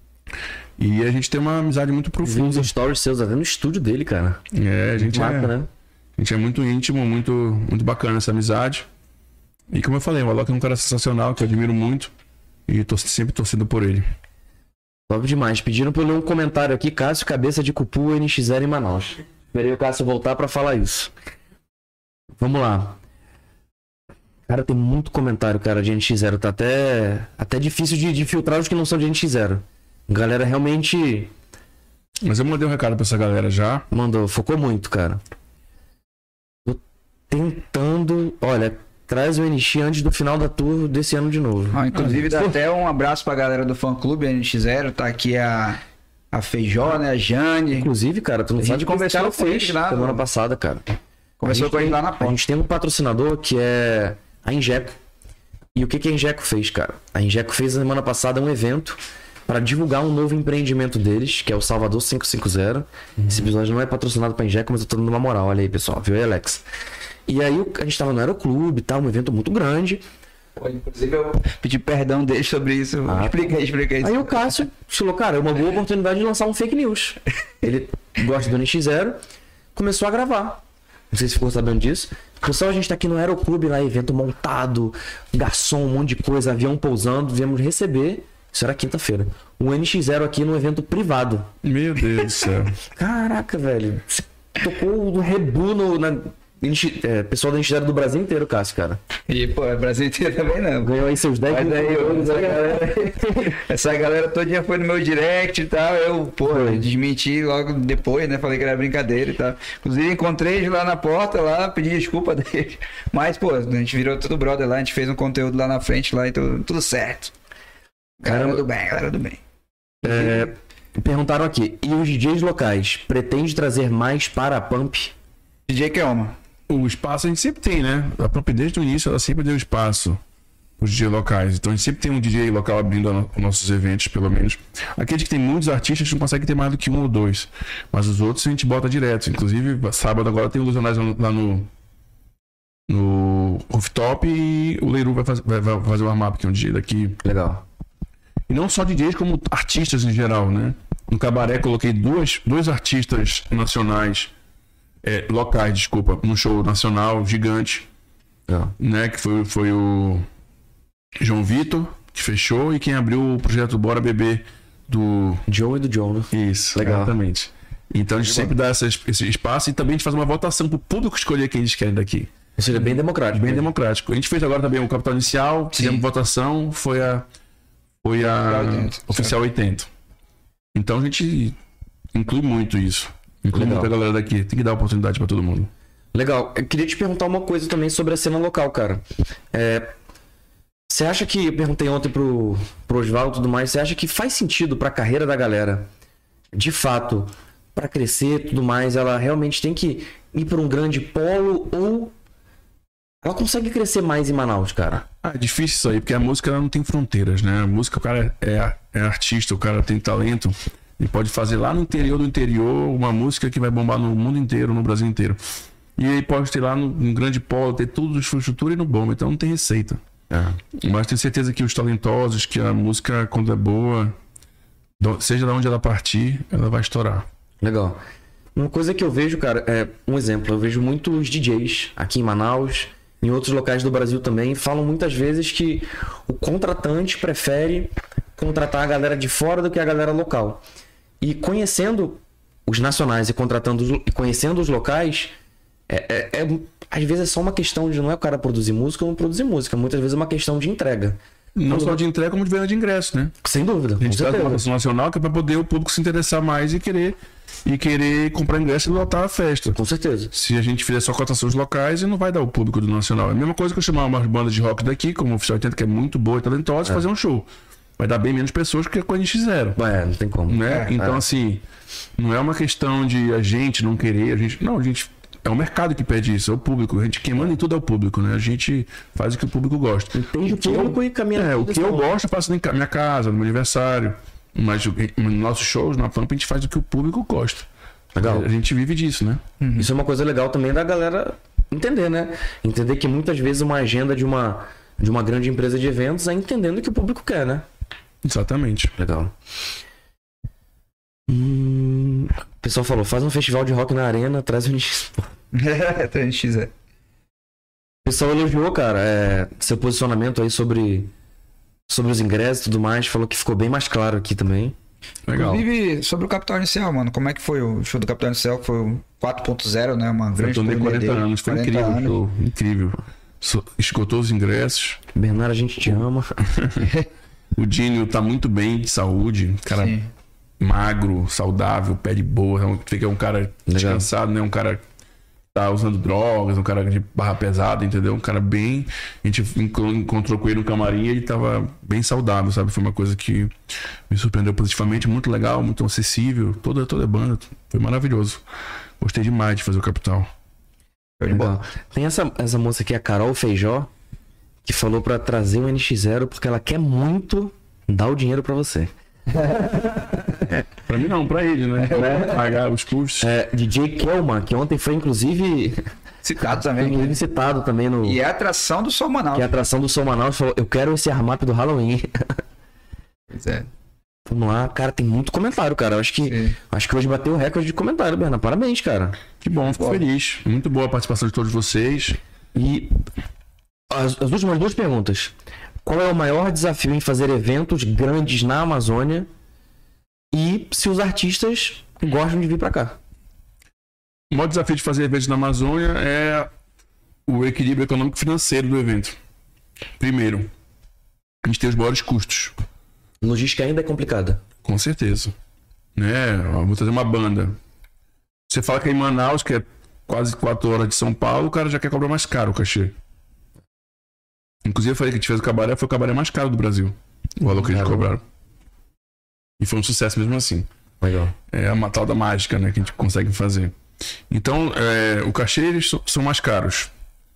E a gente tem uma amizade muito profunda. Vimos stories seus até no estúdio dele, cara. A gente né? A gente é muito íntimo, muito, muito bacana essa amizade. E como eu falei, o Alok é um cara sensacional, que eu admiro muito. E tô sempre torcendo por ele. Top demais. Pediram pra eu ler um comentário aqui. Cássio, cabeça de cupu, NX0 em Manaus. Esperei o Cássio voltar pra falar isso. Vamos lá. Cara, tem muito comentário, cara, de NX0. Tá até difícil de filtrar os que não são de NX0. Galera realmente... Mas eu mandei um recado pra essa galera já. Mandou, focou muito, cara. Tô tentando... Olha, traz o NX antes do final da tour desse ano de novo. Inclusive, dá até um abraço pra galera do fã-clube NX0. Tá aqui a Feijó, né? A Jane. Inclusive, cara, tu não sabe o que esse cara fez lá semana passada, cara. Conversou com ele lá na porta. A gente tem um patrocinador que é a Injeco. E o que a Injeco fez, cara? A Injeco fez na semana passada um evento para divulgar um novo empreendimento deles, que é o Salvador 550. Esse episódio não é patrocinado pra Injeco, mas eu tô dando uma moral. Olha aí, pessoal. Viu aí, Alex? E aí a gente tava no Aeroclube e tal, um evento muito grande. Inclusive eu pedi perdão dele sobre isso. Explica isso. Aí o Cássio falou, cara, é uma boa oportunidade de lançar um fake news. Ele gosta do NX0, começou a gravar. Não sei se ficou sabendo disso. Pessoal, a gente tá aqui no Aeroclube, lá, evento montado, garçom, um monte de coisa, avião pousando, viemos receber, isso era quinta-feira, um NX0 aqui num evento privado. Meu Deus do céu. Caraca, velho. Você tocou o Rebu pessoal da NX0 do Brasil inteiro, Cássio, cara. E, pô, o Brasil inteiro também não. Ganhou aí seus 10 Mas mil aí, seguidores. essa galera todinha foi no meu direct e tal. Eu, pô, desmenti logo depois, né? Falei que era brincadeira e tal. Inclusive, encontrei eles lá na porta, lá, pedi desculpa deles. Mas, pô, a gente virou tudo brother lá, a gente fez um conteúdo lá na frente lá e tudo certo. Galera do bem, galera do bem. Perguntaram aqui, e os DJs locais, pretende trazer mais para a Pump? DJ Kelma. O espaço a gente sempre tem, né? A Pump desde o início, ela sempre deu espaço para os DJs locais. Então a gente sempre tem um DJ local abrindo os nossos eventos, pelo menos. Aqueles que tem muitos artistas, a gente não consegue ter mais do que um ou dois. Mas os outros a gente bota direto. Inclusive, sábado agora tem o Ilusionais lá no rooftop e o Leiru vai fazer o warm-up, que é um DJ daqui. Legal. E não só DJs, como artistas em geral, né? No Cabaré coloquei dois artistas nacionais, locais, desculpa, num show nacional gigante, né? Que foi o João Vitor, que fechou, e quem abriu o projeto Bora Beber do... Joe e do John, né? Isso, legal. Exatamente. Então a gente sempre dá esse espaço e também a gente faz uma votação pro público escolher quem eles querem daqui. Isso é bem democrático. Bem democrático. A gente fez agora também o Capital Inicial, fizemos votação, foi a Oficial 80. Então a gente inclui muito isso. Inclui muito a galera daqui. Tem que dar oportunidade pra todo mundo. Legal. Eu queria te perguntar uma coisa também sobre a cena local, cara. Você acha que... Eu perguntei ontem pro Osvaldo e tudo mais. Você acha que faz sentido pra carreira da galera, de fato, pra crescer e tudo mais, ela realmente tem que ir pra um grande polo ou... Ela consegue crescer mais em Manaus, cara? É difícil isso aí, porque a música ela não tem fronteiras, né? A música, o cara é artista, o cara tem talento. Ele pode fazer lá no interior do interior uma música que vai bombar no mundo inteiro, no Brasil inteiro. E ele pode ter lá num grande polo, ter tudo de infraestrutura e não bomba. Então não tem receita. Mas tenho certeza que os talentosos, que a música, quando é boa, seja de onde ela partir, ela vai estourar. Legal. Uma coisa que eu vejo, cara, um exemplo. Eu vejo muitos DJs aqui em Manaus... Em outros locais do Brasil também, falam muitas vezes que o contratante prefere contratar a galera de fora do que a galera local. E conhecendo os nacionais e conhecendo os locais, às vezes é só uma questão de não é o cara produzir música ou não produzir música. Muitas vezes é uma questão de entrega. Não só de entrega, como de venda de ingresso, né? Sem dúvida. A gente traz uma produção nacional que é para poder o público se interessar mais e querer comprar ingresso e lotar a festa. Com certeza. Se a gente fizer só cotações locais, não vai dar o público do nacional. É a mesma coisa que eu chamar umas bandas de rock daqui, como o Oficial 80, que é muito boa e talentosa, fazer um show. Vai dar bem menos pessoas que a NX0. Não tem como. Né? Então, assim, não é uma questão de a gente não querer, Não, a gente... É o mercado que pede isso, é o público. A gente, quem manda em tudo é o público, né? A gente faz o que o público gosta. Entende o público e caminha. O que eu gosto, eu faço na minha casa, no meu aniversário. Mas nos nossos shows, na Pampa, a gente faz o que o público gosta. Legal. A gente vive disso, né? Isso é uma coisa legal também da galera entender, né? Entender que muitas vezes uma agenda de uma grande empresa de eventos é entendendo o que o público quer, né? Exatamente. Legal. O pessoal falou, faz um festival de rock na arena, traz o NX. Traz o NX. O pessoal elogiou, cara, seu posicionamento aí sobre os ingressos e tudo mais, falou que ficou bem mais claro aqui também. Legal. Inclusive, sobre o Capital Inicial, mano, como é que foi o show do Capital Inicial? Foi o 4.0, né? Uma grande turnê 40 dele. anos, foi incrível o show, incrível. Esgotou os ingressos. Bernardo, a gente te ama. O Dinho tá muito bem de saúde, cara. Sim. Magro, saudável, pé de boa, fica um cara descansado, né? Um cara que tá usando drogas, um cara de barra pesada, entendeu? Um cara bem... A gente encontrou com ele no camarim e ele tava bem saudável, sabe? Foi uma coisa que me surpreendeu positivamente, muito legal, muito acessível, toda a banda, foi maravilhoso. Gostei demais de fazer o Capital. Bom, tem essa moça aqui, a Carol Feijó, que falou pra trazer o NX0 porque ela quer muito dar o dinheiro pra você. Pra mim não, pra ele, né? Pagar os custos. DJ Kelman, que ontem foi inclusive citado também. Citado também no... E é a atração do Som Manaus. Que é a atração do Som Manaus, falou, eu quero esse armap do Halloween. Pois é. Vamos lá, cara, tem muito comentário, cara. Acho que hoje bateu o recorde de comentário, Bernardo. Parabéns, cara. Que bom, fico feliz. Muito boa a participação de todos vocês. E as últimas duas perguntas. Qual é o maior desafio em fazer eventos grandes na Amazônia? E se os artistas gostam de vir pra cá? O maior desafio de fazer eventos na Amazônia é o equilíbrio econômico e financeiro do evento. Primeiro, a gente tem os maiores custos. Logística ainda é complicada. Com certeza. Né? Ó, vou trazer uma banda. Você fala que é em Manaus, que é quase 4 horas de São Paulo, o cara já quer cobrar mais caro o cachê. Inclusive eu falei que a gente fez o cabaré, foi o cabaré mais caro do Brasil. O valor que a gente cobraram. E foi um sucesso mesmo assim. Legal. É a tal da mágica, né, que a gente consegue fazer. Então, o cachê eles são mais caros.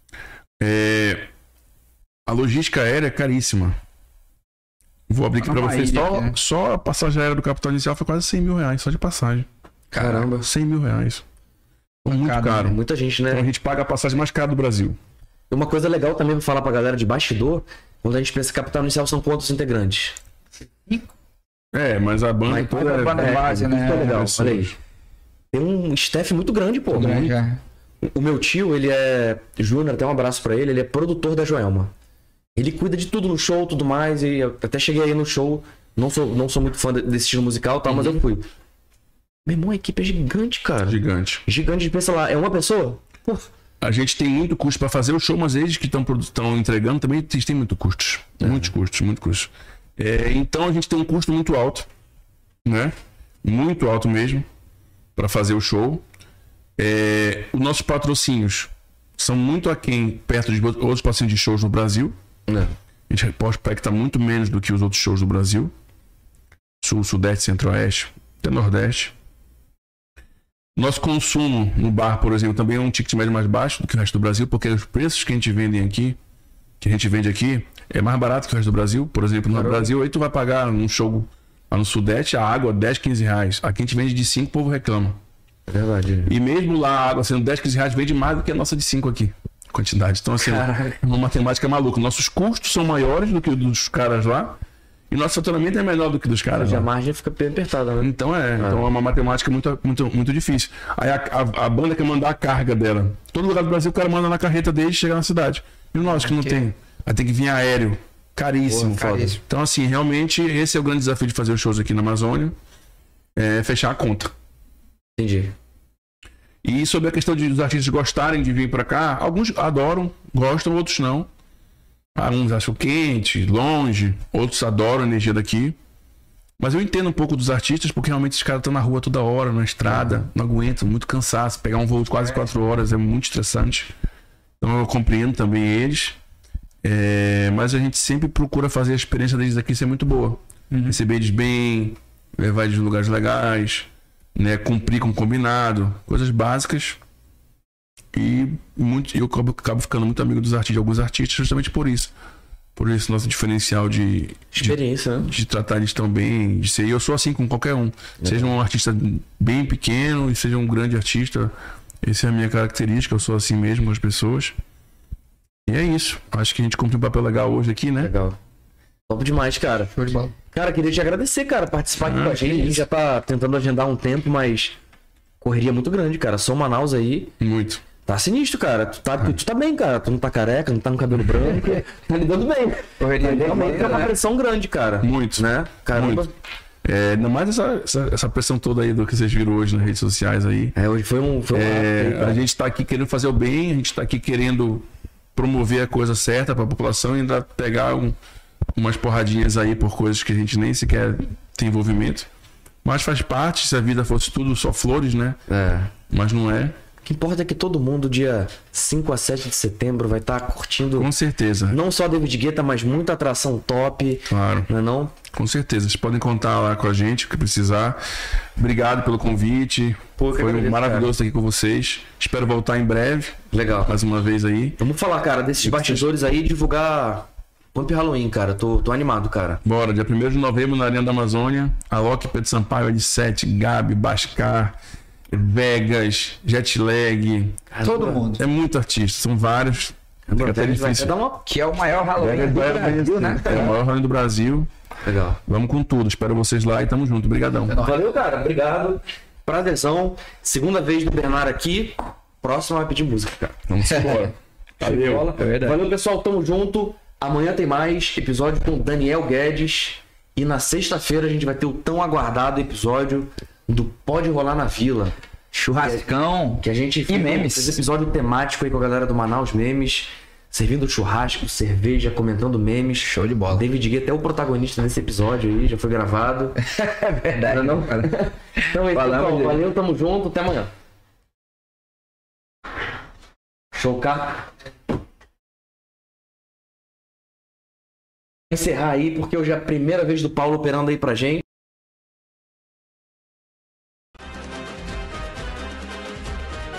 A logística aérea é caríssima. Vou abrir aqui pra vocês. Só a passagem aérea do capital inicial foi quase 100 mil reais, só de passagem. Caramba. 100 mil reais. Muito caro. Muita gente, né? Então a gente paga a passagem mais cara do Brasil. E uma coisa legal também pra falar pra galera de bastidor, quando a gente pensa capital inicial, são quantos integrantes? Mas a banda Mas toda a banda base, né? Muito legal, olha aí. Tem um staff muito grande, pô. Grande, O meu tio, ele é Júnior, até um abraço pra ele é produtor da Joelma. Ele cuida de tudo no show, tudo mais, e eu até cheguei aí no show, não sou muito fã desse estilo musical e tal, mas eu fui. Meu irmão, a equipe é gigante, cara. Gigante. Gigante, pensa lá, é uma pessoa? Pô. A gente tem muito custo pra fazer o show, mas eles que estão entregando também têm muito custos. Muitos custos. Então a gente tem um custo muito alto, né? Muito alto mesmo, pra fazer o show. Os nossos patrocínios são muito aquém perto de outros patrocínios de shows no Brasil. A gente prospecta muito menos do que os outros shows do Brasil. Sul, Sudeste, Centro-Oeste, até Nordeste. Nosso consumo no bar, por exemplo, também é um ticket médio mais baixo do que o resto do Brasil, porque os preços que a gente vende aqui, é mais barato que o resto do Brasil. Por exemplo, no Brasil, aí tu vai pagar num show lá no Sudeste, a água 10, 15 reais. Aqui a gente vende de 5, o povo reclama. É verdade. E mesmo lá a água sendo 10, 15 reais, vende mais do que a nossa de 5 aqui. Quantidade. Então, assim, é uma matemática maluca. Nossos custos são maiores do que os dos caras lá. E nosso faturamento é menor do que dos caras. A margem fica bem apertada, né? Então então é uma matemática muito difícil. Aí a banda quer mandar a carga dela. Todo lugar do Brasil o cara manda na carreta dele e chega na cidade. E o nosso que não tem. Aí tem que vir aéreo. Caríssimo. Caríssimo. Então, assim, realmente, esse é o grande desafio de fazer os shows aqui na Amazônia. É fechar a conta. Entendi. E sobre a questão de os artistas gostarem de vir pra cá, alguns adoram, gostam, outros não. Alguns acham quente, longe, outros adoram a energia daqui. Mas eu entendo um pouco dos artistas, porque realmente esses caras estão na rua toda hora, na estrada, não aguentam, muito cansaço. Pegar um voo de quase 4 horas é muito estressante. Então eu compreendo também eles. Mas a gente sempre procura fazer a experiência deles aqui ser muito boa. Receber eles bem, levar eles em lugares legais, né, cumprir com o combinado, coisas básicas. E eu acabo ficando muito amigo dos artistas, de alguns artistas, justamente por isso. Por esse nosso diferencial de experiência, né? De tratar eles tão bem, de ser. Eu sou assim com qualquer um. Seja um artista bem pequeno e seja um grande artista. Essa é a minha característica, eu sou assim mesmo com as pessoas. E é isso. Acho que a gente cumpriu um papel legal hoje aqui, né? Legal. Top demais, cara. Show de bola. Cara, queria te agradecer, cara, participar aqui com a gente. A gente já tá tentando agendar um tempo, mas correria muito grande, cara. Só Manaus aí. Muito. Tá sinistro, cara. Tu tá bem, cara. Tu não tá careca, não tá com cabelo branco. Tá lidando bem. Correria realmente é uma pressão grande, cara. Muito. Né? Caramba. Muito. Ainda mais essa pressão toda aí do que vocês viram hoje nas redes sociais aí. Hoje foi um a gente tá aqui querendo fazer o bem, a gente tá aqui querendo promover a coisa certa pra população e ainda pegar umas porradinhas aí por coisas que a gente nem sequer tem envolvimento. Mas faz parte, se a vida fosse tudo só flores, né? Mas não é. O que importa é que todo mundo, dia 5 a 7 de setembro, vai estar curtindo. Com certeza. Não só David Guetta, mas muita atração top. Claro. Não é não? Com certeza. Vocês podem contar lá com a gente, o que precisar. Obrigado pelo convite. Foi maravilhoso estar aqui com vocês. Espero voltar em breve. Legal. Mais uma vez aí. Vamos falar, cara, desses bastidores aí e divulgar Pump Halloween, cara. Tô animado, cara. Bora. Dia 1º de novembro na Arena da Amazônia. Alok, Pedro Sampaio, L7, Gabi, Bascar, Vegas, Jetlag. Todo mundo. É muito artista, são vários. Até difícil. Que é o maior Halloween do Brasil, né? É o maior Halloween do Brasil. Legal. Vamos com tudo. Espero vocês lá e tamo junto. Obrigadão. Valeu, cara. Obrigado. Prazerzão. Segunda vez do Bernardo aqui. Próxima vai pedir música, cara. Vamos embora. Valeu. É verdade. Valeu, pessoal. Tamo junto. Amanhã tem mais episódio com Daniel Guedes. E na sexta-feira a gente vai ter o tão aguardado episódio do Pode Rolar na Vila. Churrascão. Que a gente fez memes. esse episódio temático aí com a galera do Manaus Memes, servindo churrasco, cerveja, comentando memes. Show de bola. David Gui, até o protagonista desse episódio aí, já foi gravado. É verdade. Não, cara. Então, é isso, pessoal. Valeu, tamo junto, até amanhã. Show, cara. Encerrar aí, porque hoje é a primeira vez do Paulo operando aí pra gente.